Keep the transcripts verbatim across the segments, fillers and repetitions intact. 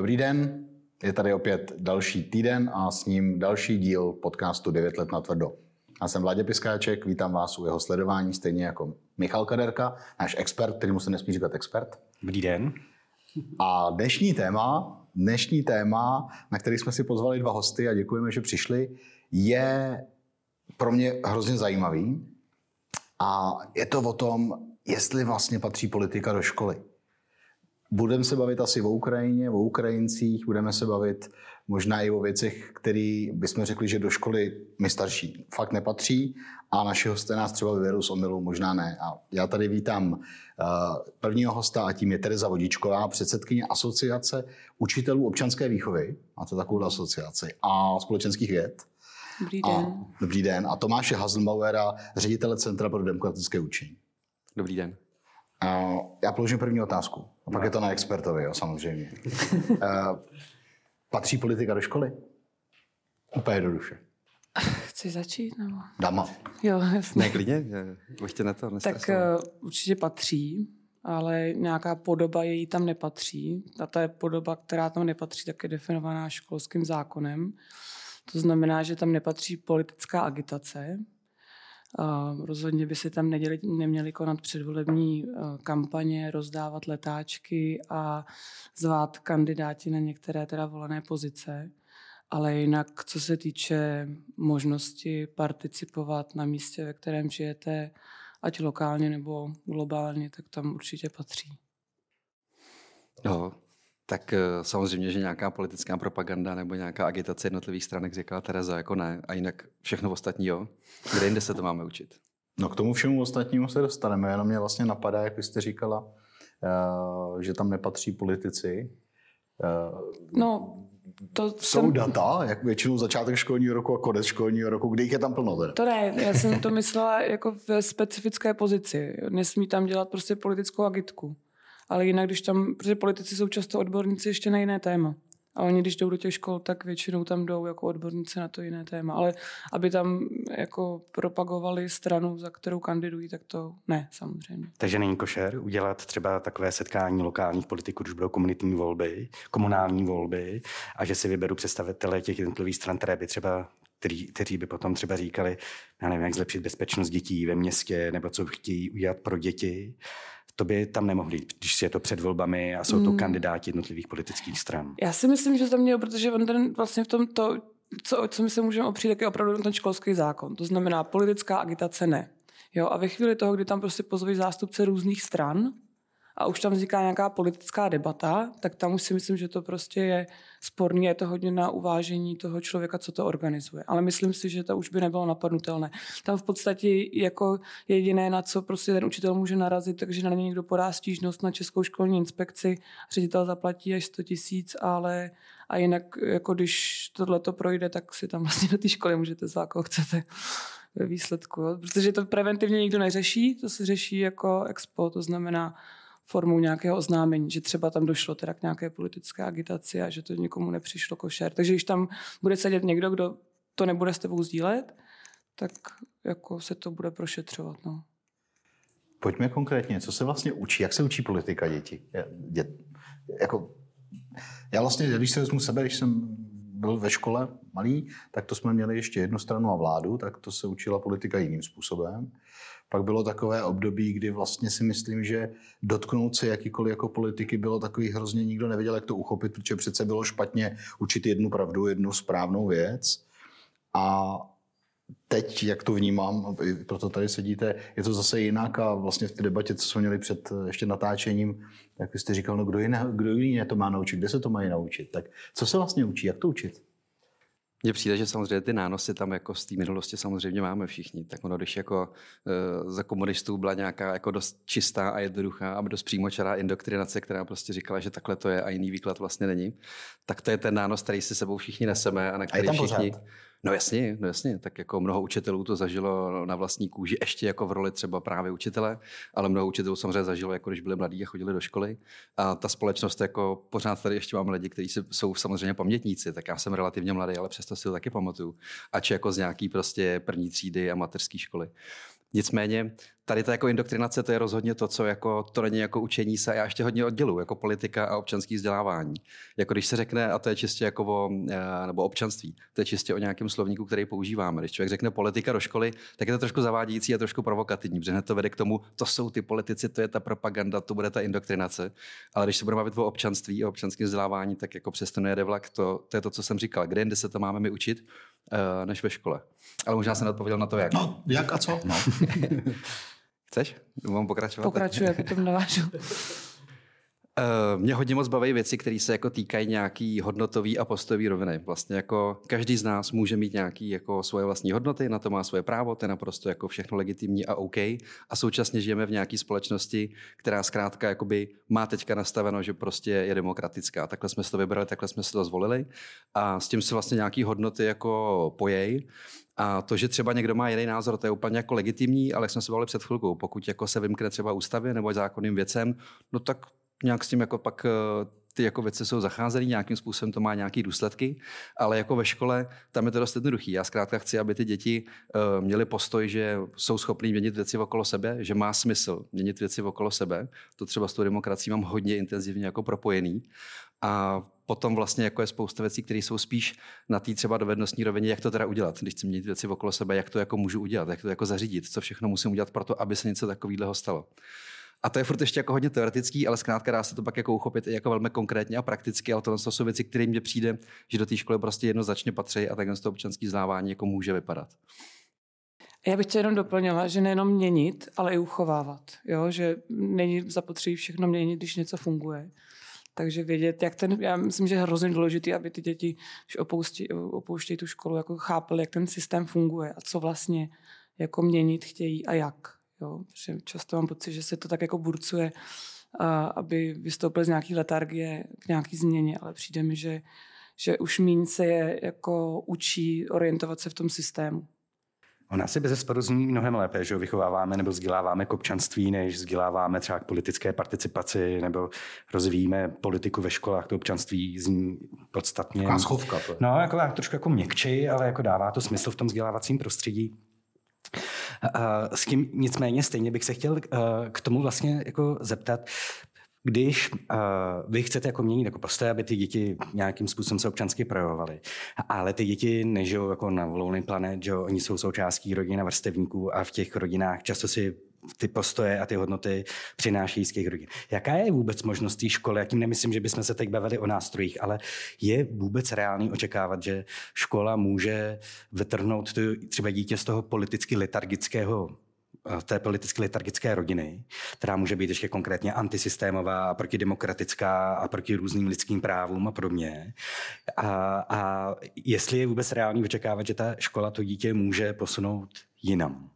Dobrý den, je tady opět další týden a s ním další díl podcastu devět let natvrdo. Já jsem Vláďa Piskáček, vítám vás u jeho sledování, stejně jako Michal Kaderka, náš expert, kterýmu se nesmí říkat expert. Dobrý den. A dnešní téma, dnešní téma, na který jsme si pozvali dva hosty a děkujeme, že přišli, je pro mě hrozně zajímavý. A je to o tom, jestli vlastně patří politika do školy. Budeme se bavit asi o Ukrajině, o Ukrajincích, budeme se bavit možná i o věcech, které bychom řekli, že do školy my starší fakt nepatří a naši hosté nás třeba vyvedou z omylu, možná ne. A já tady vítám prvního hosta a tím je Tereza Vodičková, předsedkyně Asociace učitelů občanské výchovy, máte takovou asociaci, a společenských věd. Dobrý den. A, dobrý den. A Tomáše Haselbauera, ředitele Centra pro demokratické učení. Dobrý den. Uh, já položím první otázku. A pak no. je to na expertovi, jo, samozřejmě. uh, patří politika do školy? Úplně jednoduše. Chci začít? Nebo? Dama. Jo, jasně. Ne, klidně. Buďte na to. Tak uh, určitě patří, ale nějaká podoba její tam nepatří. A ta je podoba, která tam nepatří, tak je definovaná školským zákonem. To znamená, že tam nepatří politická agitace. Uh, rozhodně by se tam neděli, neměly konat předvolební uh, kampaně, rozdávat letáčky a zvát kandidáti na některé teda volené pozice. Ale jinak, co se týče možnosti participovat na místě, ve kterém žijete, ať lokálně nebo globálně, tak tam určitě patří. No, tak samozřejmě, že nějaká politická propaganda nebo nějaká agitace jednotlivých stran, jak říkala Tereza, jako ne. A jinak všechno ostatní, jo. Kde jinde se to máme učit? No k tomu všemu ostatnímu se dostaneme. Jenom mě vlastně napadá, jak jste říkala, že tam nepatří politici. No, to jsou jsem... data, jak většinou začátek školního roku a konec školního roku, kdy jich je tam plno teda? To ne, já jsem to myslela jako ve specifické pozici. Nesmí tam dělat prostě politickou agitku. Ale jinak, když tam, protože politici jsou často odborníci ještě na jiné téma. A oni, když jdou do těch škol, tak většinou tam jdou jako odborníci na to jiné téma. Ale aby tam jako propagovali stranu, za kterou kandidují, tak to ne, samozřejmě. Takže není košer udělat třeba takové setkání lokálních politiků, když budou komunitní volby, komunální volby, a že si vyberu představitele těch jednotlivých stran, které by třeba Který, kteří by potom třeba říkali, já nevím, jak zlepšit bezpečnost dětí ve městě, nebo co chtějí udělat pro děti. To by tam nemohli, když je to před volbami a jsou to mm. kandidáti jednotlivých politických stran. Já si myslím, že tam měl, protože on ten vlastně v tom to, co, co my se můžeme opřít, tak je opravdu ten školský zákon. To znamená politická agitace ne. Jo, a ve chvíli toho, kdy tam prostě pozví zástupce různých stran, a už tam vzniká nějaká politická debata, tak tam už si myslím, že to prostě je sporný, je to hodně na uvážení toho člověka, co to organizuje. Ale myslím si, že to už by nebylo napadnutelné. Tam v podstatě jako jediné, na co prostě ten učitel může narazit, takže na něj někdo podá stížnost na Českou školní inspekci, ředitel zaplatí až sto tisíc, ale a jinak, jako když tohleto projde, tak si tam vlastně do té školy můžete zvát, koho chcete ve výsledku. Jo? Protože to preventivně nikdo neřeší, to se řeší jako expo, to znamená formou nějakého oznámení, že třeba tam došlo teda k nějaké politické agitaci a že to někomu nepřišlo košer. Takže když tam bude sedět někdo, kdo to nebude s tebou sdílet, tak jako se to bude prošetřovat. No. Pojďme konkrétně, co se vlastně učí, jak se učí politika děti? Dět, jako, já vlastně, když se vezmu sebe, když jsem byl ve škole malý, tak to jsme měli ještě jednu stranu a vládu, tak to se učila politika jiným způsobem. Pak bylo takové období, kdy vlastně si myslím, že dotknout se jakýkoliv jako politiky bylo takový hrozně, nikdo nevěděl, jak to uchopit, protože přece bylo špatně učit jednu pravdu, jednu správnou věc. A teď, jak to vnímám, proto tady sedíte, je to zase jinak a vlastně v té debatě, co jsme měli před ještě natáčením, tak vy jste říkal, no kdo jiný, kdo jiný to má naučit, kde se to mají naučit. Tak co se vlastně učí, jak to učit? Mně přijde, že samozřejmě ty nánosy tam jako z té minulosti samozřejmě máme všichni. Tak ono, když jako e, za komunistů byla nějaká jako dost čistá a jednoduchá a dost přímočará indoktrinace, která prostě říkala, že takhle to je a jiný výklad vlastně není, tak to je ten nános, který si sebou všichni neseme a na který a všichni... Pořád. No jasně, no jasně, tak jako mnoho učitelů to zažilo na vlastní kůži, ještě jako v roli třeba právě učitele, ale mnoho učitelů samozřejmě zažilo, jako když byli mladí a chodili do školy. A ta společnost, jako pořád tady ještě máme lidi, kteří jsou samozřejmě pamětníci, tak já jsem relativně mladý, ale přesto si to taky pamatuju. Ač jako z nějaký prostě první třídy a mateřské školy. Nicméně tady ta jako indoktrinace, to je rozhodně to, co jako, to není jako učení se, já ještě hodně odděluji, jako politika a občanský vzdělávání. Jako když se řekne, a to je čistě jako o, nebo občanství, to je čistě o nějakém slovníku, který používáme. Když člověk řekne politika do školy, tak je to trošku zavádějící a trošku provokativní, protože hned to vede k tomu, to jsou ty politici, to je ta propaganda, to bude ta indoktrinace. Ale když se budeme bavit o občanství a občanském vzdělávání, tak jako přesto nejede vlak, to, to je to, co jsem říkal. Kde jinde se to máme my učit, uh, než ve škole. Ale možná jsem neodpověděl na to, jak. No, jak a co? No. Chceš? Mám pokračovat? Pokračuje, potom navážu. Uh, mě hodně moc baví věci, které se jako týkají nějaký hodnotový a postojový roviny. Vlastně jako každý z nás může mít nějaký jako svoje vlastní hodnoty, na to má svoje právo, to je naprosto jako všechno legitimní a OK. A současně žijeme v nějaké společnosti, která zkrátka jakoby má teďka nastaveno, že prostě je demokratická. Takhle jsme si to vybrali, takhle jsme si to zvolili a s tím se vlastně nějaký hodnoty jako pojej. A to, že třeba někdo má jiný názor, to je úplně jako legitimní, ale jak jsme se bavili před chvilkou, pokud jako se vymkne třeba ústavě nebo zákonným věcem, no tak nějak s tím jako pak ty jako věci jsou zacházelý, nějakým způsobem to má nějaké důsledky, ale jako ve škole tam je to dost jednoduchý. Já zkrátka chci, aby ty děti uh, měly postoj, že jsou schopní měnit věci okolo sebe, že má smysl měnit věci okolo sebe. To třeba s tou demokracií mám hodně intenzivně jako propojený. A potom vlastně jako je spousta věcí, které jsou spíš na té třeba dovednostní rovině, jak to teda udělat, když chci měnit věci okolo sebe, jak to jako můžu udělat, jak to jako zařídit, co všechno musím udělat pro to, aby se něco takového stalo. A to je furt ještě jako hodně teoretický, ale zkrátka dá se to pak jako uchopit i jako velmi konkrétně a prakticky, ale to jsou věci, které mně přijde, že do té školy prostě jednoznačně patří a takhle to občanské vzdělávání jako může vypadat. Já bych tě jenom doplnila, že nejenom měnit, ale i uchovávat. Jo? Že není zapotřebí všechno měnit, když něco funguje. Takže vědět, jak ten, já myslím, že je hrozně důležité, aby ty děti, když opouští, opouštějí tu školu, jako chápali, jak ten systém funguje a co vlastně jako měnit chtějí a jak. Jo, protože často mám pocit, že se to tak jako burcuje, a aby vystoupil z nějaký letargie k nějaký změně, ale přijde mi, že, že už míň se je jako učí orientovat se v tom systému. Ona asi bezesporu zní mnohem lépe, že vychováváme nebo vzděláváme k občanství, než vzděláváme třeba k politické participaci nebo rozvíjíme politiku ve školách. To občanství zní podstatně... Taková schovka. To. No, jako, trošku jako měkčej, ale jako dává to smysl v tom vzdělávacím prostředí. S tím nicméně stejně bych se chtěl k tomu vlastně jako zeptat, když uh, vy chcete jako měnit jako postoj, aby ty děti nějakým způsobem se občansky projevovaly, ale ty děti nežijou jako na Lonely Planet, že oni jsou součástí rodin a vrstevníků a v těch rodinách často si ty postoje a ty hodnoty přinášejí z těch rodin. Jaká je vůbec možnost té školy? Já tím nemyslím, že bychom se teď bavili o nástrojích, ale je vůbec reálný očekávat, že škola může vytrhnout třeba dítě z toho politicky letargického té politicky letargické rodiny, která může být ještě konkrétně antisystémová, protidemokratická a proti různým lidským právům a podobně. A, a jestli je vůbec reálný očekávat, že ta škola to dítě může posunout jinam.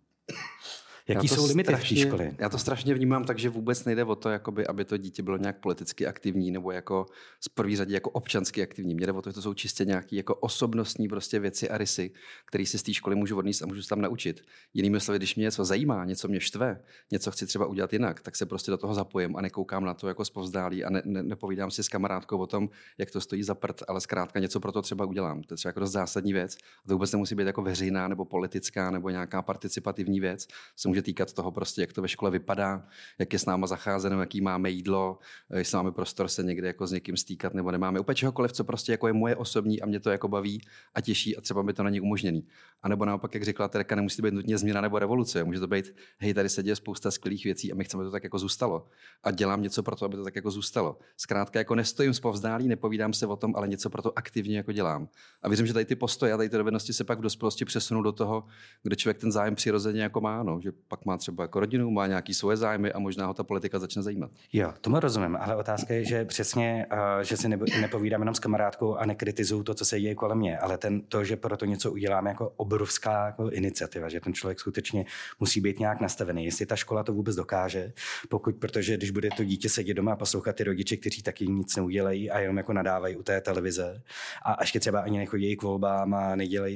Jaký jsou limity v té školy? Já to strašně vnímám, takže vůbec nejde o to, jakoby, aby to dítě bylo nějak politicky aktivní nebo jako z první řadě jako občansky aktivní. Mně jde o to, že to jsou čistě nějaké jako osobnostní prostě věci a rysy, které si z té školy můžu odníst a můžu se tam naučit. Jinými slovy, když mě něco zajímá, něco mě štve, něco chci třeba udělat jinak, tak se prostě do toho zapojím a nekoukám na to jako zpovzdálí a ne, ne, nepovídám si s kamarádkou o tom, jak to stojí za prd, ale zkrátka něco pro to třeba udělám. To je třeba jako dost zásadní věc. A to vůbec nemusí být jako veřejná nebo politická nebo nějaká participativní věc. Se může týkat toho prostě, jak to ve škole vypadá, jak je s náma zacházeno, jaký máme jídlo, jestli máme prostor se někde jako s někým stýkat nebo nemáme. Úplně čehokoliv, co prostě jako je moje osobní a mě to jako baví a těší a třeba by to není umožněný. A nebo naopak, jak řekla Terka, nemusí to být nutně změna nebo revoluce. Může to být, hej, tady se děje spousta skvělých věcí a my chceme, aby to tak jako zůstalo. A dělám něco pro to, aby to tak jako zůstalo. Zkrátka jako nestojím zpovzdálí, nepovídám se o tom, ale něco pro to aktivně jako dělám. A věřím, že tady ty postoje a tady ty dovednosti se pak v dospělosti přesunou do toho, kde člověk ten zájem přirozeně jako má, no, že pak má třeba jako rodinu, má nějaký svoje zájmy a možná ho ta politika začne zajímat. Jo, tomu rozumím, ale otázka je, že přesně, uh, že si nebo, nepovídám jenom s kamarádkou a nekritizuju to, co se děje kolem mě, ale ten, to, že pro to něco uděláme jako obrovská jako iniciativa, že ten člověk skutečně musí být nějak nastavený. Jestli ta škola to vůbec dokáže, pokud, protože když bude to dítě sedět doma a poslouchat ty rodiče, kteří taky nic neudělají a jenom jako nadávají u té televize a ještě třeba ani nechodí k volbám a nedělají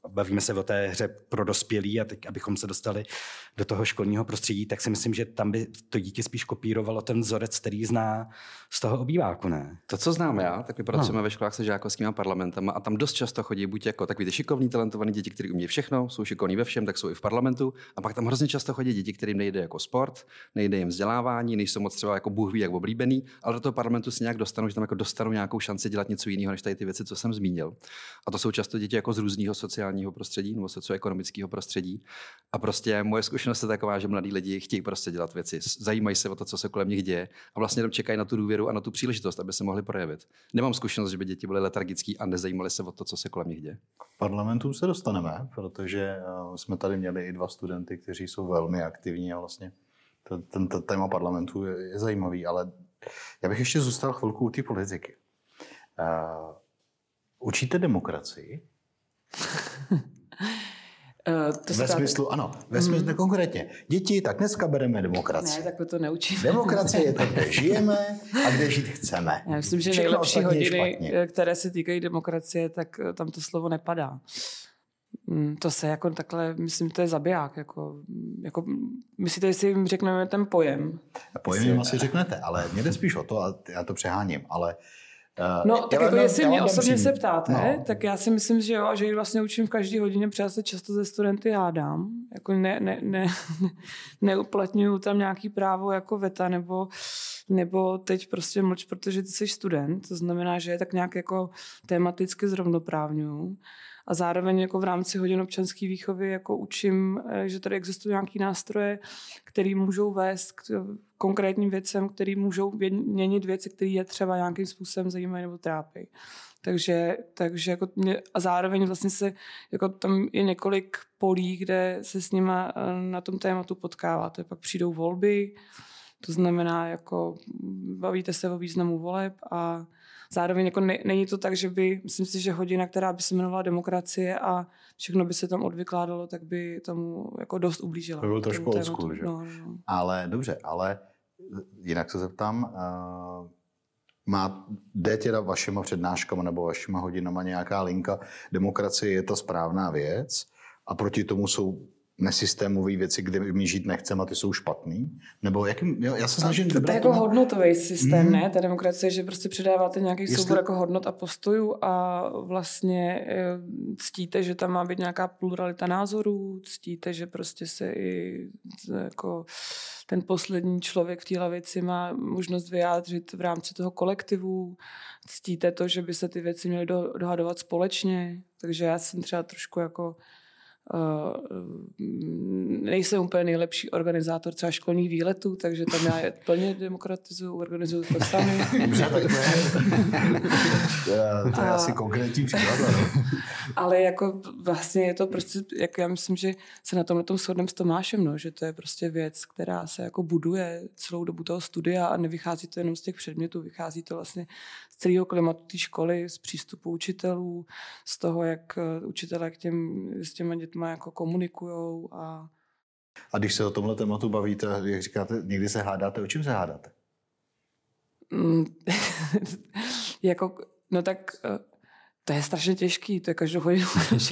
bavíme se o té hře pro dospělí a teď, abychom se dostali do toho školního prostředí, tak si myslím, že tam by to dítě spíš kopírovalo ten vzorec, který zná z toho obýváku, ne? To, co znám já, tak my pracujeme no. ve školách se žákovskými parlamentama a tam dost často chodí buď jako takový ty šikovní, talentovaní děti, kteří umějí všechno, jsou šikovní ve všem, tak jsou i v parlamentu, a pak tam hrozně často chodí děti, kterým nejde jako sport, nejde jim vzdělávání, nejsou moc třeba jako Bůh ví jak oblíbený, ale do toho parlamentu si nějak dostanou, že tam jako dostanou nějakou šanci dělat něco jiného než tady ty věci, co jsem zmínil. A to jsou často děti jako z různého sociálního prostředí nebo socioekonomického prostředí. A prostě moje zkušenost je taková, že mladí lidi chtějí prostě dělat věci, zajímají se o to, co se kolem nich děje a vlastně tam čekají na tu důvěru a na tu příležitost, aby se mohli projevit. Nemám zkušenost, že by děti byly letargický a nezajímali se o to, co se kolem nich děje. K parlamentům se dostaneme, protože jsme tady měli i dva studenty, kteří jsou velmi aktivní a vlastně ten, ten téma parlamentu je, je zajímavý, ale já bych ještě zůstal chvilku u té politiky. Uh, učíte demokracii? Uh, to ve smyslu, tak... ano, ve smyslu mm. konkrétně. Děti, tak dneska bereme demokracii. Ne, takhle to neučíme. Demokracie je to, kde žijeme a kde žít chceme. Já myslím, že všechno nejlepší hodiny, které se týkají demokracie, tak tam to slovo nepadá. To se jako takhle, myslím, to je zabiják. Jako, jako, myslíte, jestli jim řekneme ten pojem? Pojem jim asi řeknete, ale mě jde spíš o to, a já to přeháním, ale No, tak jako jestli mě osobně se ptáte, no. tak já si myslím, že jo, že ji vlastně učím v každý hodině, protože já se často ze studenty hádám. Jako ne, ne, ne, neuplatňuju tam nějaký právo jako veta, nebo, nebo teď prostě mlč, protože ty jsi student. To znamená, že je tak nějak jako tematicky zrovnoprávňuju. A zároveň jako v rámci hodin občanské výchovy jako učím, že tady existují nějaké nástroje, které můžou vést k konkrétním věcem, které můžou měnit věci, které je třeba nějakým způsobem zajímají nebo trápí. Takže, takže jako mě, a zároveň vlastně se, jako tam je několik polí, kde se s nima na tom tématu potkáváte. Pak přijdou volby, to znamená, jako bavíte se o významu voleb a zároveň jako ne, není to tak, že by, myslím si, že hodina, která by se jmenovala demokracie a všechno by se tam odvykládalo, tak by tomu jako dost ublížila. To bylo trošku old school, že? No, no. Ale dobře, ale jinak se zeptám, uh, má, jde teda vašima přednáškama nebo vašima hodinama nějaká linka, demokracie je ta správná věc a proti tomu jsou nesystémové věci, kde my žít nechceme a ty jsou špatný? Nebo jakým, já se snažím... To, to je jako hodnotový systém, hmm. ne? Ta demokracie, že prostě předáváte nějaký Jestli... soubor jako hodnot a postojů a vlastně ctíte, že tam má být nějaká pluralita názorů, ctíte, že prostě se i jako ten poslední člověk v té lavici má možnost vyjádřit v rámci toho kolektivu, ctíte to, že by se ty věci měly do, dohadovat společně, takže já jsem třeba trošku jako Uh, nejsem úplně nejlepší organizátor třeba školních výletů, takže tam já je plně demokratizuju, organizuju to sami. Dobře, tak to je, to je asi konkrétní příklad. Ale jako vlastně je to prostě, jak já myslím, že se na tomhle tom shodneme s Tomášem, no, že to je prostě věc, která se jako buduje celou dobu toho studia a nevychází to jenom z těch předmětů, vychází to vlastně z celého klimatu té školy, z přístupu učitelů, z toho, jak učitelé k těm, s těma dětmi jako komunikujou. A... a když se o tomhle tématu bavíte, jak říkáte, někdy se hádáte, o čem se hádáte? Mm, jako, no tak to je strašně těžký, to je každou hodinu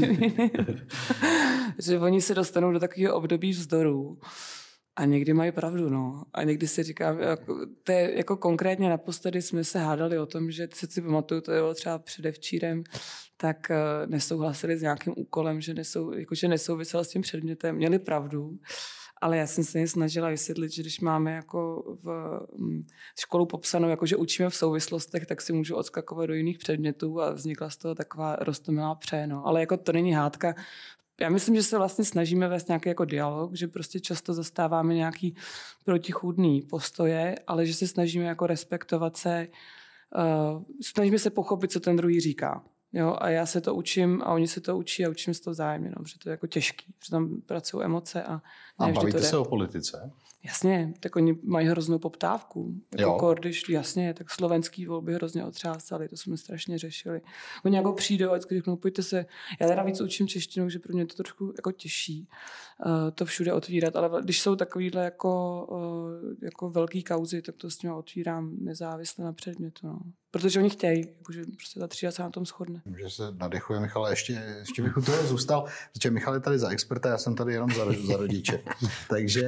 že oni se dostanou do takového období vzdoru a někdy mají pravdu, no. A někdy si říkám, jako, to je jako konkrétně naposledy jsme se hádali o tom, že se si pamatuju, to bylo třeba předevčírem, tak uh, nesouhlasili s nějakým úkolem, že, nesou, jako, že nesouvisel s tím předmětem. Měli pravdu, ale já jsem se jen snažila vysvětlit, že když máme jako v um, školu popsanou, jako, že učíme v souvislostech, tak si můžu odskakovat do jiných předmětů a vznikla z toho taková roztomilá pře, no. Ale jako to není hádka. Já myslím, že se vlastně snažíme vést nějaký jako dialog, že prostě často zastáváme nějaký protichůdný postoje, ale že se snažíme jako respektovat se, uh, snažíme se pochopit, co ten druhý říká. Jo, a já se to učím a oni se to učí a učím se to vzájemně, no, protože to je jako těžký, že tam pracují emoce a ne, a bavíte se o politice? Jasně, tak oni mají hroznou poptávku. Jako kor, když, jasně, tak slovenský volby hrozně otřásali, to jsme strašně řešili. Oni jako přijdou a vždycky řeknou, pojďte se, já teda víc učím češtinu, že pro mě to trošku jako těžší uh, to všude otvírat, ale když jsou takovýhle jako, uh, jako velký kauzy, tak to s nimi otvírám nezávisle na předmětu. No. protože oni chtějí, jakože prostě ta třída se na tom shodne. Že se nadechuje, Michal, ještě, ještě bych u toho zůstal, protože Michal je tady za experta, já jsem tady jenom za, za rodiče. takže,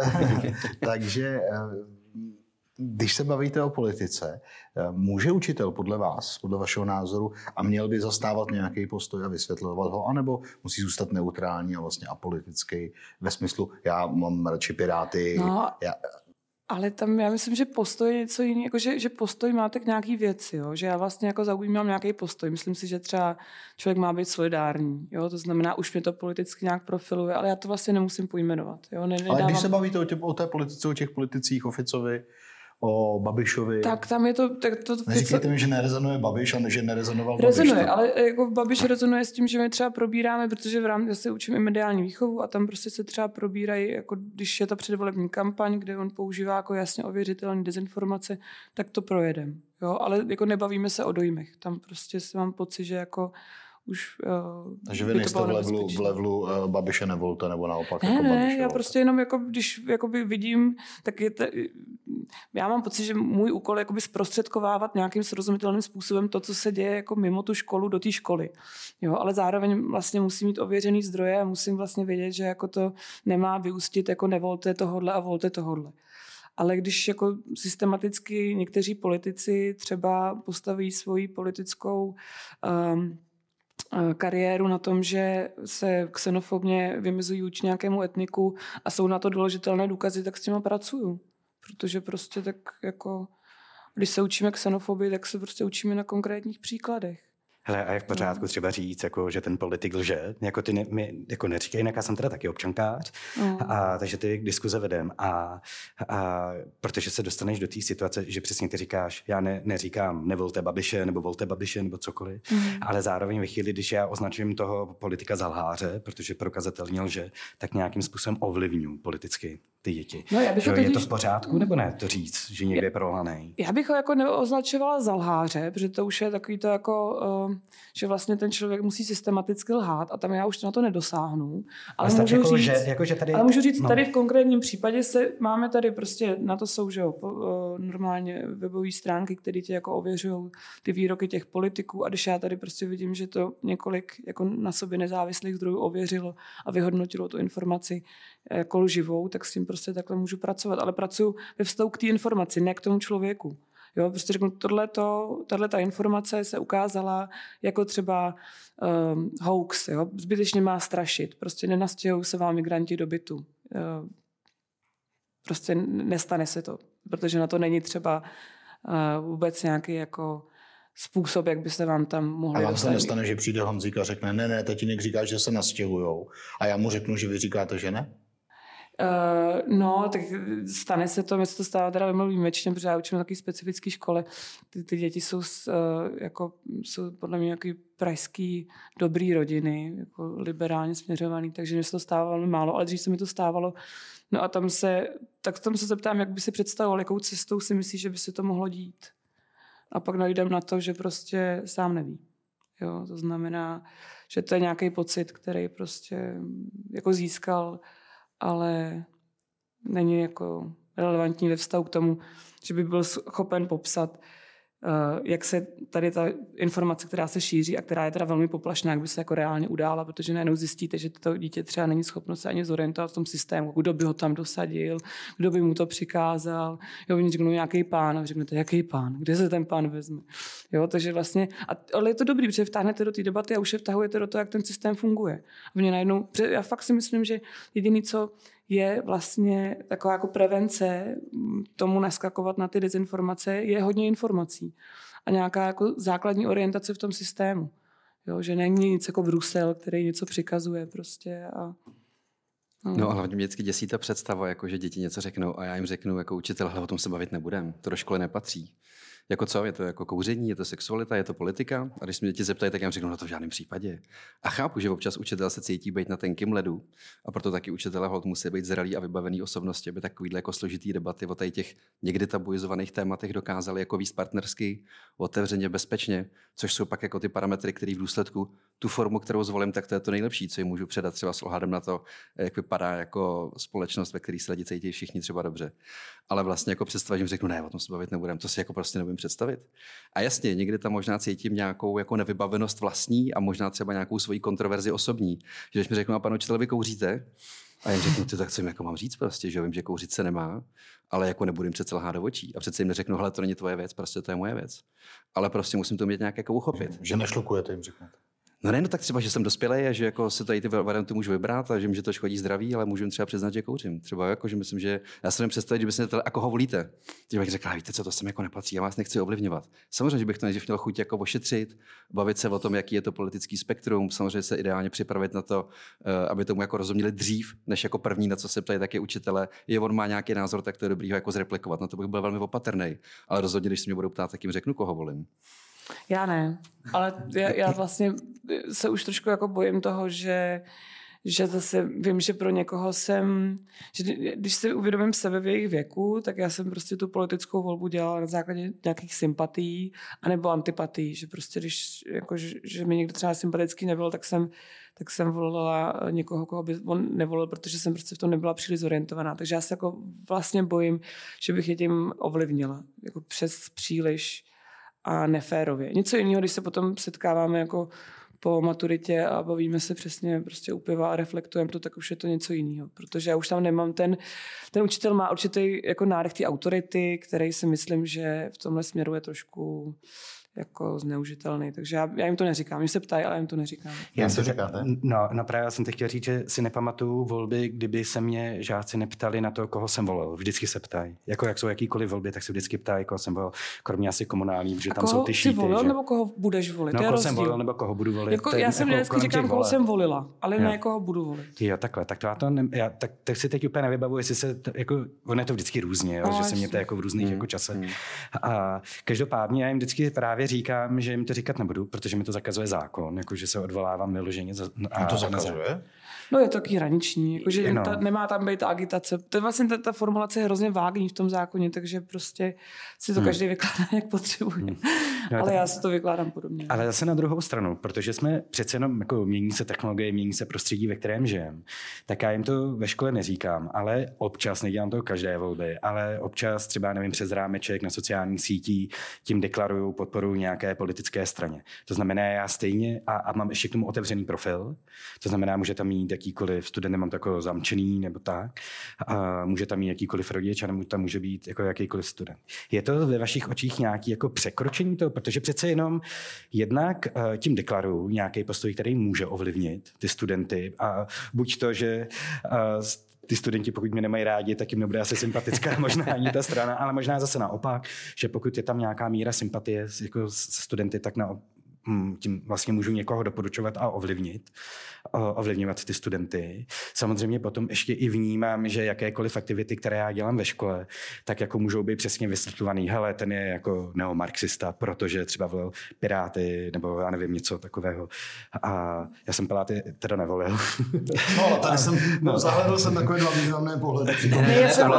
takže když se bavíte o politice, může učitel podle vás, podle vašeho názoru, a měl by zastávat nějaký postoj a vysvětlovat ho, anebo musí zůstat neutrální a vlastně apolitický ve smyslu, já mám radši Piráty. No, já... Ale tam já myslím, že postoj je něco jiného, jako že, že postoj máte k nějaký věci, jo? Že já vlastně jako zaujímám nějaký postoj. Myslím si, že třeba člověk má být solidární, jo? To znamená, už mě to politicky nějak profiluje, ale já to vlastně nemusím pojmenovat. Jo? Ne, ale když se bavíte o, tě, o té politice, o těch politicích, o Ficovi, o Babišovi. Tak tam je to... Tak to Neříkejte mi, že nerezonuje Babiš a že nerezonoval Babiš. Rezonuje, ale jako Babiš rezonuje s tím, že my třeba probíráme, protože v rámci, já se učím i mediální výchovu a tam prostě se třeba probírají, jako když je ta předvolební kampaň, kde on používá jako jasně ověřitelné dezinformace, tak to projedem. Jo? Ale jako nebavíme se o dojmech. Tam prostě si mám pocit, že jako už... Uh, Takže vy nejste v levelu, v levelu uh, Babiše nevolte, nebo naopak? Ne, jako ne, Babiše já volte. prostě jenom, jako, když jakoby vidím, tak je to, já mám pocit, že můj úkol je jakoby zprostředkovávat nějakým srozumitelným způsobem to, co se děje jako mimo tu školu, do té školy. Jo, ale zároveň vlastně musím mít ověřený zdroje a musím vlastně vědět, že jako to nemá vyústit jako nevolte tohodle a volte tohodle. Ale když jako systematicky někteří politici třeba postaví svoji politickou um, kariéru na tom, že se xenofobně vymezují vůči nějakému etniku a jsou na to doložitelné důkazy, tak s těma pracuju. Protože prostě tak jako, když se učíme xenofobii, tak se prostě učíme na konkrétních příkladech. Hele, a je v pořádku třeba říct, jako, že ten politik lže? Jako ty ne, mi jako neříkej, jinak já jsem teda taky občankář, mm. a, takže ty diskuze vedem. A, a protože se dostaneš do té situace, že přesně ty říkáš, já ne, neříkám nevolte Babiše, nebo volte Babiše, nebo cokoliv, mm. ale zároveň ve chvíli, když já označujem toho politika za lháře, protože prokazatelně lže, tak nějakým způsobem ovlivňuji politicky ty děti. No, já bych že, to je totiž... to v pořádku, nebo ne, to říct, že někde je prolhanej? Já bych ho jako neoznačovala za lháře, protože to už je takový to jako, uh, že vlastně ten člověk musí systematicky lhát a tam já už na to nedosáhnu. Ale, můžu jako, říct, že, jako, že tady, ale můžu říct, no. tady v konkrétním případě se máme tady prostě, na to jsou, že jo, uh, normálně webové stránky, které tě jako ověřují ty výroky těch politiků a když já tady prostě vidím, že to několik jako na sobě nezávislých zdrojů ověřilo a vyhodnotilo tu informaci jako lživou, tak s tím prostě takhle můžu pracovat. Ale pracuji ve vztahu k té informaci, ne k tomu člověku. Jo, prostě řeknu, tato informace se ukázala jako třeba um, hoax, jo? Zbytečně má strašit. Prostě nenastěhují se vám migranti do bytu. Uh, prostě nestane se to, protože na to není třeba uh, vůbec nějaký jako způsob, jak by se vám tam mohli dostat. A vám se nestane, že přijde Honzík a řekne, ne, ne, tatínek říká, že se nastěhujou. A já mu řeknu, že vy říkáte, že ne? Uh, no, tak stane se to, mě se to stává teda velmi výjimečně, protože já učím na takové specifické škole. Ty, ty děti jsou, uh, jako, jsou podle mě nějaký pražský dobrý rodiny, jako liberálně směřovaný, takže mě se to stává velmi málo, ale dřív se mi to stávalo. No a tam se, tak tam se zeptám, jak by si představoval, jakou cestou si myslíš, že by se to mohlo dít. A pak najdem na to, že prostě sám neví. Jo, to znamená, že to je nějaký pocit, který prostě jako získal, ale není jako relevantní ve vztahu k tomu, že by byl schopen popsat, jak se tady ta informace, která se šíří a která je teda velmi poplašná, jak by se jako reálně udála, protože najednou zjistíte, že to dítě třeba není schopno se ani zorientovat v tom systému, kdo by ho tam dosadil, kdo by mu to přikázal. Jo, oni řeknou nějaký pán a řeknete, jaký pán, kde se ten pán vezme. Jo, takže vlastně, a, ale je to dobrý, protože vtáhnete do té debaty a už je vtahujete do toho, jak ten systém funguje. A mě najednou, já fakt si myslím, že jediný, co je vlastně taková jako prevence tomu naskakovat na ty dezinformace, je hodně informací a nějaká jako základní orientace v tom systému. Jo, že není nic jako Brusel, který něco přikazuje prostě. A, no. no a hlavně mě vždycky děsí ta představa, jako že děti něco řeknou a já jim řeknu jako učitel, hele, o tom se bavit nebudem, to do školy nepatří. Jako co? Je to jako kouření, je to sexualita, je to politika? A když se mě děti zeptají, tak já jim řeknu, no to v žádném případě. A chápu, že občas učitel se cítí být na tenkým ledu a proto taky učitelé holt musí být zralí a vybavený osobnosti, aby takovýhle jako složitý debaty o těch někdy tabuizovaných tématech dokázali jako víc partnersky, otevřeně, bezpečně, což jsou pak jako ty parametry, které v důsledku tu formu, kterou zvolím, tak to je to nejlepší, co jim můžu předat třeba s ohledem na to, jak vypadá jako společnost, ve které se lidi cítí všichni třeba dobře. Ale vlastně jako představa, že jim řeknu, ne, o tom se bavit nebudem, to si jako prostě nebudem představit. A jasně, někdy tam možná cítím nějakou jako nevybavenost vlastní a možná třeba nějakou svoji kontroverzi osobní. Že když mi řeknu, a pan učitel, vy kouříte? A jim řeknu, ty tak co jim jako mám říct prostě, že vím, že kouřit se nemá, ale jako nebudu jim přece lhát do očí. A přece jim neřeknu, hele, to není tvoje věc, prostě to je moje věc. Ale prostě musím to mít nějak jako uchopit. Že nešlukujete, jim řeknete. No ne, no tak třeba, že jsem dospělej a že jako si tady ty varianty můžu vybrat a že mi že to škodí zdraví, ale můžu jim třeba přiznat, že kouřím. Třeba jako, že myslím, že já se nevím představit, že by se neptal, a koho volíte. Že bych řekl, víte co, to sem jako nepatří, já vás nechci ovlivňovat. Samozřejmě, že bych to nejdřív měl chuť jako ošetřit, bavit se o tom, jaký je to politický spektrum, samozřejmě se ideálně připravit na to, aby tomu jako rozuměli dřív, než jako první, na co se ptají taky učitele. Je on má nějaký názor, tak to je dobrý ho jako zreplikovat. Na to bych byl velmi opatrný. Ale rozhodně, když se mě budou ptát, tak jim řeknu, koho volím. Já ne, ale já, já vlastně se už trošku jako bojím toho, že, že zase vím, že pro někoho jsem, že když si uvědomím sebe v jejich věku, tak já jsem prostě tu politickou volbu dělala na základě nějakých sympatií anebo antipatií, že prostě když, jako, že, že mi někdo třeba sympatický nebyl, tak jsem, tak jsem volila někoho, koho by on nevolil, protože jsem prostě v tom nebyla příliš zorientovaná. Takže já se jako vlastně bojím, že bych je tím ovlivnila, jako přes příliš a neférově. Něco jiného, když se potom setkáváme jako po maturitě a bavíme se přesně prostě u piva a reflektujeme to, tak už je to něco jiného. Protože já už tam nemám ten, ten učitel má určitý jako nádech té autority, který si myslím, že v tomhle směru je trošku jako zneužitelný. Takže já, já jim to neříkám. Mě se ptají, ale já jim to neříkám. Já co říkáte? No, no právě já jsem teď chtěl říct, že si nepamatuju volby, kdyby se mě žáci neptali na to, koho jsem volil. Vždycky se ptají. Jako jak jsou jakýkoliv volby, tak se vždycky ptají, koho jsem volil. Kromě asi komunální, protože tam jsou ty šíty. Koho jsi volil, že? nebo koho budeš volit? No, koho jsem volil, nebo koho budu volit. Jako, já jsem vždycky jako říkám, koho jsem volila, ale jo. ne koho budu volit. Jo, takhle. Tak to já to ne, já, tak, tak si teď úplně nevybavuji, jestli se to, jako, ono je to vždycky různě, jo, no, že se mě to jako v různých hmm. jako časech. Hmm. A každopádně já jim vždycky právě říkám, že jim to říkat nebudu, protože mi to zakazuje zákon, jakože se odvolávám vyloženě. Za, a, to zakazuje? No je to taky hraniční, jakože no. ta, nemá tam být ta agitace. To je vlastně ta, ta formulace je hrozně vágní v tom zákoně, takže prostě si to hmm. každý vykládá, jak potřebuje. Hmm. No, ale tak, já si to vykládám podobně. Ale zase na druhou stranu, protože jsme přece jenom, jako mění se technologie, mění se prostředí, ve kterém žijem, tak já jim to ve škole neříkám, ale občas, nedělám to každé volby, ale občas třeba, nevím, přes rámeček na sociálních sítích tím deklaruju podporu nějaké politické straně. To znamená, já stejně, a, a mám ještě k tomu otevřený profil, to znamená, může tam mít jakýkoliv student, nemám to jako zamčený nebo tak, a může tam mít jakýkoliv rodič, a nebo tam může být jako jakýkoliv student. Je to ve vašich očích nějaký jako překročení toho, protože přece jenom jednak uh, tím deklaruju nějaký postoj, který může ovlivnit ty studenty, a buď to, že uh, ty studenti, pokud mě nemají rádi, tak jim nebude asi sympatická možná ani ta strana, ale možná zase naopak, že pokud je tam nějaká míra sympatie jako se studenty, tak na tím vlastně můžu někoho doporučovat a ovlivnit, ovlivňovat ty studenty. Samozřejmě potom ještě i vnímám, že jakékoliv aktivity, které já dělám ve škole, tak jako můžou být přesně vysvětlovaný, hele, ten je jako neomarxista, protože třeba volil Piráty, nebo já nevím, něco takového. A já jsem Piráty teda nevolil. No, ale tady jsem, no, zahledl jsem takové dva významné pohledy. Ne, já jsem